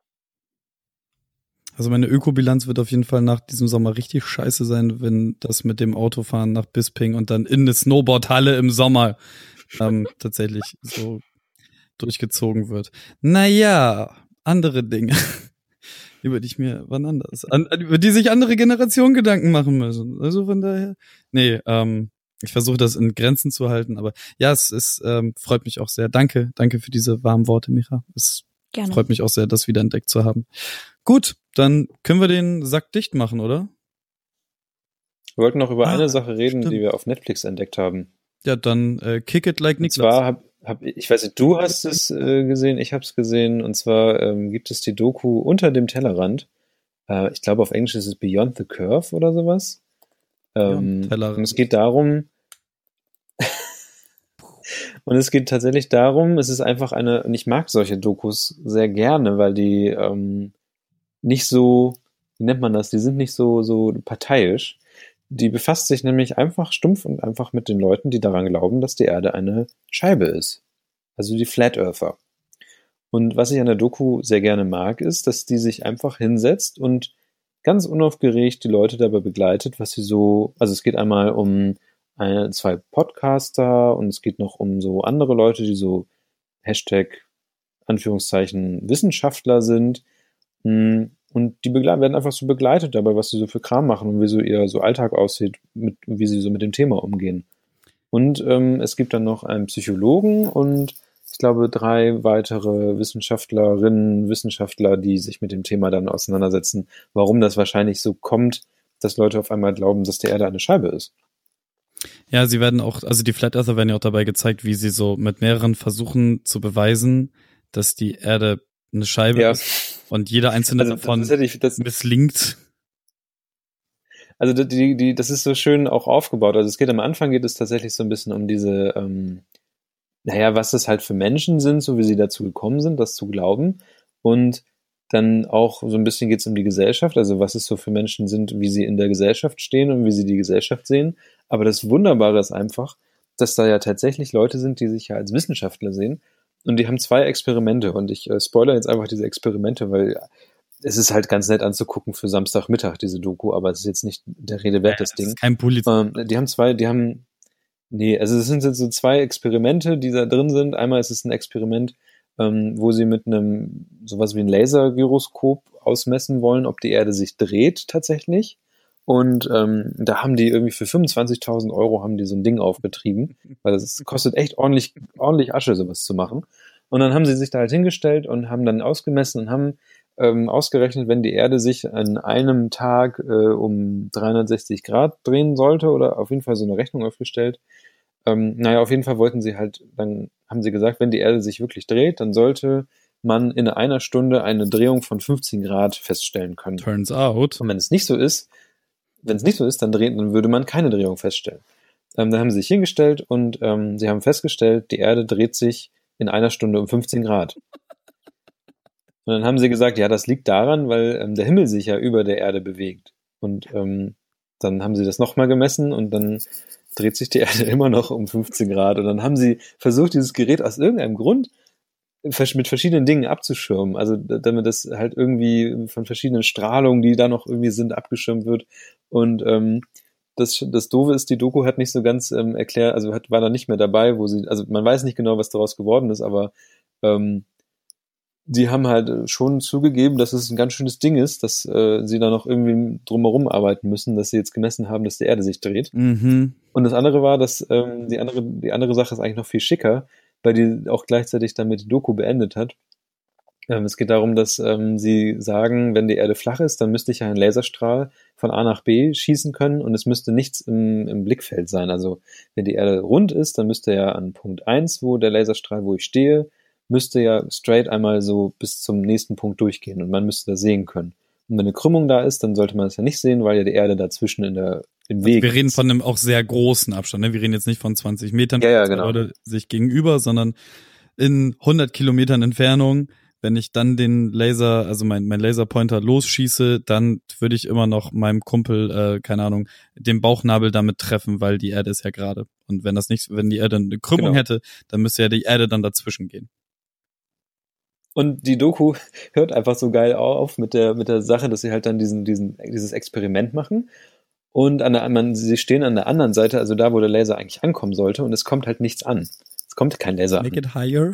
Also meine Ökobilanz wird auf jeden Fall nach diesem Sommer richtig scheiße sein, wenn das mit dem Autofahren nach Bisping und dann in eine Snowboardhalle im Sommer tatsächlich so durchgezogen wird. Naja, andere Dinge, über die ich mir wann anders, über die sich andere Generationen Gedanken machen müssen. Also von daher, ich versuche das in Grenzen zu halten, aber ja, es freut mich auch sehr. Danke für diese warmen Worte, Micha. Es Gerne. Freut mich auch sehr, das wieder entdeckt zu haben. Gut, dann können wir den Sack dicht machen, oder? Wir wollten noch über eine Sache reden, stimmt. die wir auf Netflix entdeckt haben. Ja, dann kick it like Niklas. Und zwar ich weiß nicht, du hast es gesehen, ich habe es gesehen, und zwar gibt es die Doku Unter dem Tellerrand. Ich glaube, auf Englisch ist es Beyond the Curve oder sowas. Und es geht darum, tatsächlich darum, es ist einfach und ich mag solche Dokus sehr gerne, weil die nicht so, wie nennt man das, die sind nicht so parteiisch. Die befasst sich nämlich einfach stumpf und einfach mit den Leuten, die daran glauben, dass die Erde eine Scheibe ist. Also die Flat Earther. Und was ich an der Doku sehr gerne mag, ist, dass die sich einfach hinsetzt und ganz unaufgeregt die Leute dabei begleitet, was sie so, also es geht einmal um zwei Podcaster und es geht noch um so andere Leute, die so Hashtag, Anführungszeichen, Wissenschaftler sind. Und die werden einfach so begleitet dabei, was sie so für Kram machen und wie so ihr so Alltag aussieht, wie sie so mit dem Thema umgehen. Und es gibt dann noch einen Psychologen und ich glaube 3 weitere Wissenschaftlerinnen, Wissenschaftler, die sich mit dem Thema dann auseinandersetzen, warum das wahrscheinlich so kommt, dass Leute auf einmal glauben, dass die Erde eine Scheibe ist. Ja, sie werden auch, also die Flat Earther werden ja auch dabei gezeigt, wie sie so mit mehreren versuchen zu beweisen, dass die Erde eine Scheibe ist und jeder einzelne davon misslingt. Also das ist so schön auch aufgebaut. Also am Anfang geht es tatsächlich so ein bisschen um diese, was das halt für Menschen sind, so wie sie dazu gekommen sind, das zu glauben. Und dann auch so ein bisschen geht es um die Gesellschaft, also was es so für Menschen sind, wie sie in der Gesellschaft stehen und wie sie die Gesellschaft sehen. Aber das Wunderbare ist einfach, dass da ja tatsächlich Leute sind, die sich ja als Wissenschaftler sehen. Und die haben 2 Experimente. Und ich spoilere jetzt einfach diese Experimente, weil es ist halt ganz nett anzugucken für Samstagmittag, diese Doku, aber es ist jetzt nicht der Rede wert, das Ding. Das ist kein also es sind jetzt so 2 Experimente, die da drin sind. Einmal ist es ein Experiment, wo sie mit einem sowas wie ein Lasergyroskop ausmessen wollen, ob die Erde sich dreht tatsächlich. Und da haben die irgendwie für 25.000 € haben die so ein Ding aufgetrieben, weil es kostet echt ordentlich Asche, sowas zu machen. Und dann haben sie sich da halt hingestellt und haben dann ausgemessen und haben ausgerechnet, wenn die Erde sich an einem Tag um 360 Grad drehen sollte oder auf jeden Fall so eine Rechnung aufgestellt. Auf jeden Fall dann haben sie gesagt, wenn die Erde sich wirklich dreht, dann sollte man in einer Stunde eine Drehung von 15 Grad feststellen können. Turns out. Und wenn es nicht so ist, wenn es nicht so ist, dann würde man keine Drehung feststellen. Dann haben sie sich hingestellt und sie haben festgestellt, die Erde dreht sich in einer Stunde um 15 Grad. Und dann haben sie gesagt, ja, das liegt daran, weil der Himmel sich ja über der Erde bewegt. Und dann haben sie das nochmal gemessen und dann dreht sich die Erde immer noch um 15 Grad. Und dann haben sie versucht, dieses Gerät aus irgendeinem Grund mit verschiedenen Dingen abzuschirmen. Also damit das halt irgendwie von verschiedenen Strahlungen, die da noch irgendwie sind, abgeschirmt wird. Und das Doofe ist, die Doku hat nicht so ganz erklärt, also war da nicht mehr dabei, also man weiß nicht genau, was daraus geworden ist, aber die haben halt schon zugegeben, dass es ein ganz schönes Ding ist, dass sie da noch irgendwie drumherum arbeiten müssen, dass sie jetzt gemessen haben, dass die Erde sich dreht. Mhm. Und das andere war, dass die andere Sache ist eigentlich noch viel schicker, weil die auch gleichzeitig damit die Doku beendet hat. Es geht darum, dass sie sagen, wenn die Erde flach ist, dann müsste ich ja einen Laserstrahl von A nach B schießen können und es müsste nichts im Blickfeld sein. Also wenn die Erde rund ist, dann müsste ja an Punkt 1, wo der Laserstrahl, wo ich stehe, müsste ja straight einmal so bis zum nächsten Punkt durchgehen und man müsste das sehen können. Und wenn eine Krümmung da ist, dann sollte man das ja nicht sehen, weil ja die Erde dazwischen im Weg ist. Wir reden von einem auch sehr großen Abstand, ne? Wir reden jetzt nicht von 20 Metern, ja, genau. Leute sich gegenüber, sondern in 100 Kilometern Entfernung. Wenn ich dann den Laser, also mein Laserpointer losschieße, dann würde ich immer noch meinem Kumpel, keine Ahnung, den Bauchnabel damit treffen, weil die Erde ist ja gerade. Und wenn die Erde eine Krümmung hätte, dann müsste ja die Erde dann dazwischen gehen. Und die Doku hört einfach so geil auf mit der Sache, dass sie halt dann dieses Experiment machen. Und sie stehen an der anderen Seite, also da, wo der Laser eigentlich ankommen sollte, und es kommt halt nichts an. Es kommt kein Laser an. Make it higher.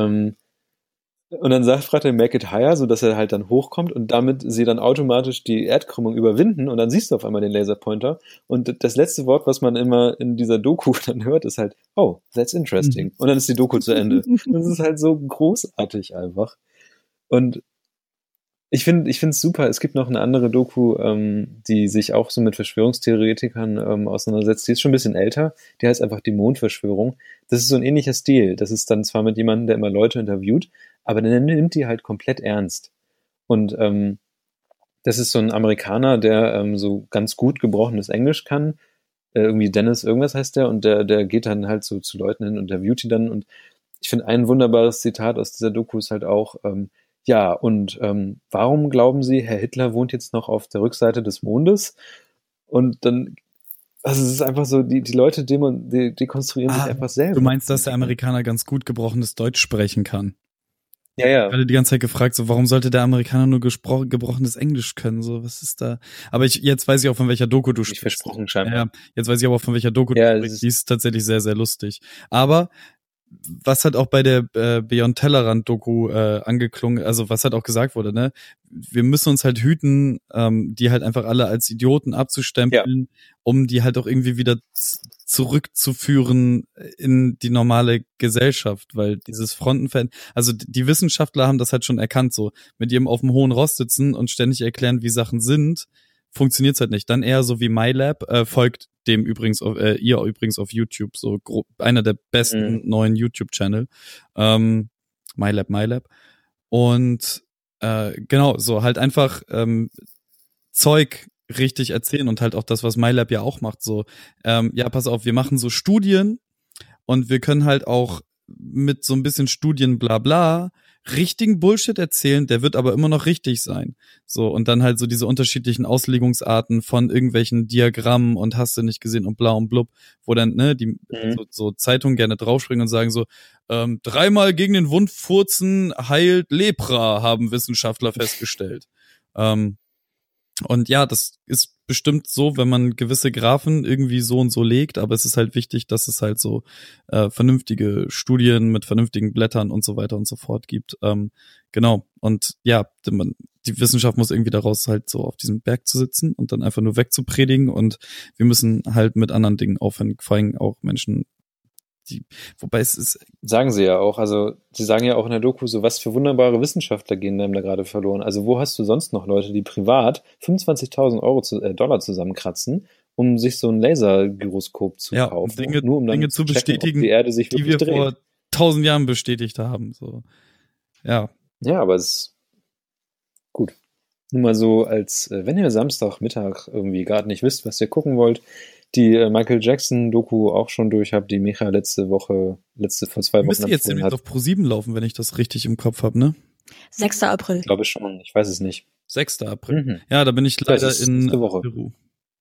Und dann fragt er Make it higher, so dass er halt dann hochkommt und damit sie dann automatisch die Erdkrümmung überwinden und dann siehst du auf einmal den Laserpointer. Und das letzte Wort, was man immer in dieser Doku dann hört, ist halt, oh, that's interesting. Und dann ist die Doku zu Ende. Das ist halt so großartig einfach. Und ich finde es super. Es gibt noch eine andere Doku, die sich auch so mit Verschwörungstheoretikern auseinandersetzt. Die ist schon ein bisschen älter. Die heißt einfach die Mondverschwörung. Das ist so ein ähnlicher Stil. Das ist dann zwar mit jemandem, der immer Leute interviewt, aber der nimmt die halt komplett ernst. Und das ist so ein Amerikaner, der so ganz gut gebrochenes Englisch kann. Irgendwie Dennis irgendwas heißt der. Und der geht dann halt so zu Leuten hin und interviewt die dann. Und ich finde, ein wunderbares Zitat aus dieser Doku ist halt auch, ja, und warum glauben Sie, Herr Hitler wohnt jetzt noch auf der Rückseite des Mondes? Und dann, also es ist einfach so, die Leute dekonstruieren sich einfach selber. Du meinst, dass der Amerikaner ganz gut gebrochenes Deutsch sprechen kann? Ja, ja. Ich hatte die ganze Zeit gefragt, so, warum sollte der Amerikaner nur gebrochenes Englisch können? So, was ist da? Aber jetzt weiß ich auch, von welcher Doku du sprichst. Versprochen scheinbar. Ja, jetzt weiß ich aber auch, von welcher Doku du sprichst. Die ist tatsächlich sehr, sehr lustig. Aber was halt auch bei der Beyond Tellerrand-Doku angeklungen, also was halt auch gesagt wurde, ne? Wir müssen uns halt hüten, die halt einfach alle als Idioten abzustempeln, um die halt auch irgendwie wieder zurückzuführen in die normale Gesellschaft, weil dieses also die Wissenschaftler haben das halt schon erkannt, so mit ihrem auf dem hohen Ross sitzen und ständig erklären, wie Sachen sind, funktioniert's halt nicht. Dann eher so wie MyLab, folgt dem übrigens ihr übrigens auf YouTube, so einer der besten neuen YouTube-Channel. MyLab. Und genau, so halt einfach Zeug richtig erzählen und halt auch das, was MyLab ja auch macht, so ja, pass auf, wir machen so Studien und wir können halt auch mit so ein bisschen Studien bla bla richtigen Bullshit erzählen, der wird aber immer noch richtig sein. So, und dann halt so diese unterschiedlichen Auslegungsarten von irgendwelchen Diagrammen und hast du nicht gesehen und bla und blub, wo dann, ne, die so Zeitungen gerne draufspringen und sagen so, 3-mal gegen den Wund furzen heilt Lepra, haben Wissenschaftler festgestellt. Und ja, das ist bestimmt so, wenn man gewisse Graphen irgendwie so und so legt, aber es ist halt wichtig, dass es halt so vernünftige Studien mit vernünftigen Blättern und so weiter und so fort gibt. Genau. Und ja, die Wissenschaft muss irgendwie daraus halt so auf diesem Berg zu sitzen und dann einfach nur wegzupredigen und wir müssen halt mit anderen Dingen aufhören, vor allem auch Menschen, wobei es ist... Sagen sie ja auch, also sie sagen ja auch in der Doku so, was für wunderbare Wissenschaftler gehen einem da gerade verloren. Also wo hast du sonst noch Leute, die privat 25.000 Dollar zusammenkratzen, um sich so ein Lasergyroskop zu kaufen? Nur um Dinge zu bestätigen, ob die Erde sich die wir dreht. Vor 1000 Jahren bestätigt haben. So. Ja. Ja, aber es ist gut. Nur mal so als, wenn ihr Samstagmittag irgendwie gerade nicht wisst, was ihr gucken wollt, die Michael Jackson-Doku auch schon durch habt, die Micha vor 2 Wochen Müsste jetzt empfohlen nämlich hat. auf Pro7 laufen, wenn ich das richtig im Kopf habe, ne? 6. April. Ich glaube schon, ich weiß es nicht. 6. April. Mhm. Ja, da bin ich leider Das ist in nächste Woche. Peru.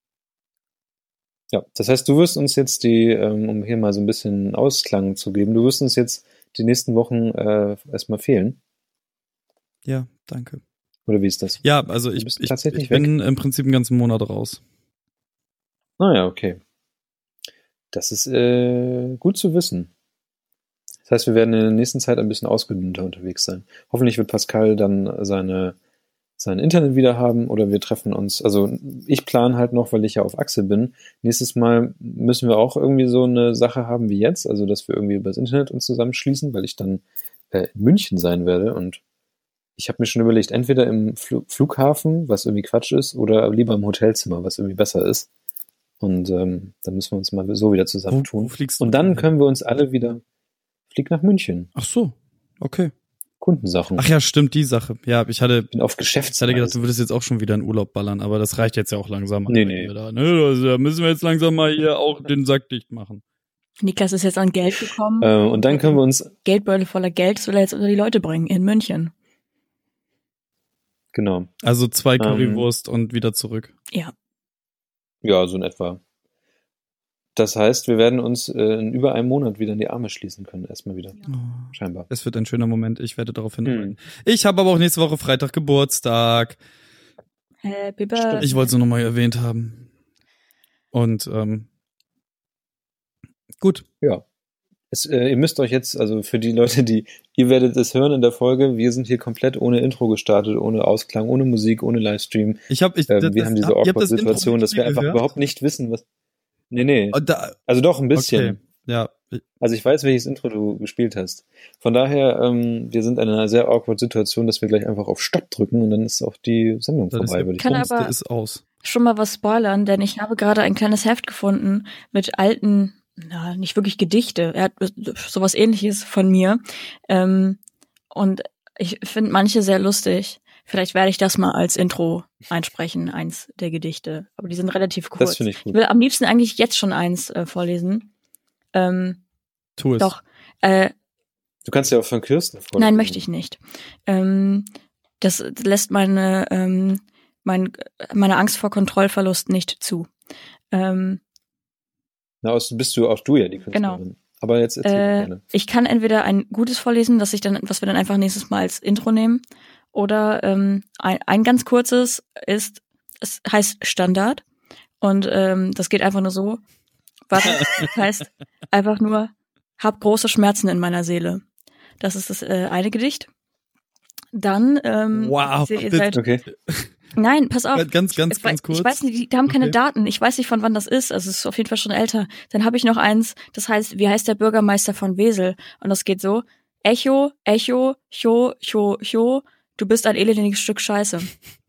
Ja, das heißt, du wirst uns jetzt um hier mal so ein bisschen Ausklang zu geben, du wirst uns jetzt die nächsten Wochen erstmal fehlen. Ja, danke. Oder wie ist das? Ja, also Du ich bist tatsächlich bin im Prinzip einen ganzen Monat raus. Naja, okay. Das ist gut zu wissen. Das heißt, wir werden in der nächsten Zeit ein bisschen ausgedünnter unterwegs sein. Hoffentlich wird Pascal dann sein Internet wieder haben oder wir treffen uns. Also ich plane halt noch, weil ich ja auf Achse bin. Nächstes Mal müssen wir auch irgendwie so eine Sache haben wie jetzt, also dass wir irgendwie über das Internet uns zusammenschließen, weil ich dann in München sein werde und ich habe mir schon überlegt, entweder im Flughafen, was irgendwie Quatsch ist, oder lieber im Hotelzimmer, was irgendwie besser ist. Und dann müssen wir uns mal so wieder zusammentun. Wo fliegst du Und dann hin? können wir uns alle wieder... Flieg nach München. Ach so, okay. Kundensachen. Ach ja, stimmt, die Sache. Ja, ich hatte bin auf gedacht, Geschäftsreise. du würdest jetzt auch schon wieder in Urlaub ballern, aber das reicht jetzt ja auch langsam. Nee. Da, ne? Also, da müssen wir jetzt langsam mal hier auch den Sack dicht machen. Niklas ist jetzt an Geld gekommen. Und dann können wir uns... Geldbeutel voller Geld, das will er jetzt unter die Leute bringen, in München. Genau. Also 2 Currywurst und wieder zurück. Ja. Ja, so in etwa. Das heißt, wir werden uns in über einem Monat wieder in die Arme schließen können, erstmal wieder. Oh. Scheinbar. Es wird ein schöner Moment, ich werde darauf hinarbeiten. Ich habe aber auch nächste Woche Freitag Geburtstag. Happy Birthday. Ich wollte es nur nochmal erwähnt haben. Und gut. Ja. Ihr müsst euch jetzt, also für die Leute, ihr werdet es hören in der Folge, wir sind hier komplett ohne Intro gestartet, ohne Ausklang, ohne Musik, ohne Livestream. Wir haben diese Awkward-Situation, dass wir einfach überhaupt nicht wissen, was... Nee. Also doch, ein bisschen. Okay. Ja. Also ich weiß, welches Intro du gespielt hast. Von daher, wir sind in einer sehr awkward Situation, dass wir gleich einfach auf Stopp drücken und dann ist auch die Sendung vorbei, würde ich Kann sagen. aber ist aus. schon mal was spoilern, denn ich habe gerade ein kleines Heft gefunden mit alten, nicht wirklich Gedichte. Er hat sowas Ähnliches von mir. Und ich finde manche sehr lustig. Vielleicht werde ich das mal als Intro einsprechen, eins der Gedichte. Aber die sind relativ kurz. Das finde ich gut. Ich will am liebsten eigentlich jetzt schon eins vorlesen. Tu es. Doch. Du kannst ja auch von Kirsten vorlesen. Nein, möchte ich nicht. Das lässt meine Angst vor Kontrollverlust nicht zu. Bist du auch du ja die Künstlerin. Genau. Aber jetzt erzähl gerne. Ich kann entweder ein gutes vorlesen, was wir dann einfach nächstes Mal als Intro nehmen, oder ein ganz kurzes es heißt Standard und das geht einfach nur so. Das heißt einfach nur, hab große Schmerzen in meiner Seele. Das ist das eine Gedicht. Dann wow. ihr seid, Okay. Nein, pass auf. Ganz kurz. Ich weiß nicht, die haben keine Okay. Daten. Ich weiß nicht, von wann das ist. Also es ist auf jeden Fall schon älter. Dann habe ich noch eins, das heißt, wie heißt der Bürgermeister von Wesel? Und das geht so: Echo, Echo, Cho, Cho, Cho, du bist ein elendiges Stück Scheiße.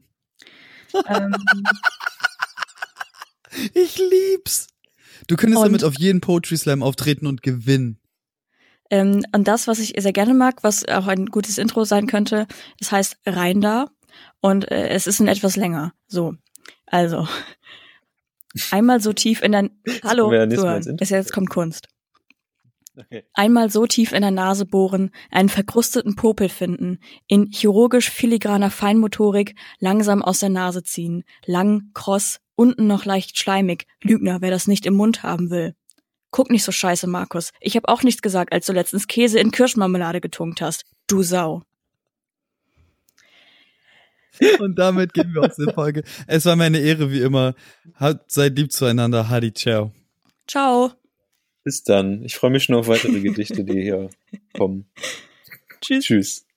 Ich lieb's. Du könntest Und- damit auf jeden Poetry Slam auftreten und gewinnen. Und das, was ich sehr gerne mag, was auch ein gutes Intro sein könnte, das heißt Rein da. Und es ist ein etwas länger. So, also einmal so tief in der Hallo, können wir ja nächstes Mal als so, Intro jetzt kommt Kunst. Okay. Einmal so tief in der Nase bohren, einen verkrusteten Popel finden, in chirurgisch filigraner Feinmotorik langsam aus der Nase ziehen, lang, kross, unten noch leicht schleimig, Lügner, wer das nicht im Mund haben will. Guck nicht so scheiße, Markus. Ich hab auch nichts gesagt, als du letztens Käse in Kirschmarmelade getunkt hast. Du Sau. Und damit gehen wir aus der Folge. Es war mir eine Ehre, wie immer. Seid lieb zueinander. Hadi, ciao. Ciao. Bis dann. Ich freue mich schon auf weitere Gedichte, die hier kommen. Tschüss. Tschüss.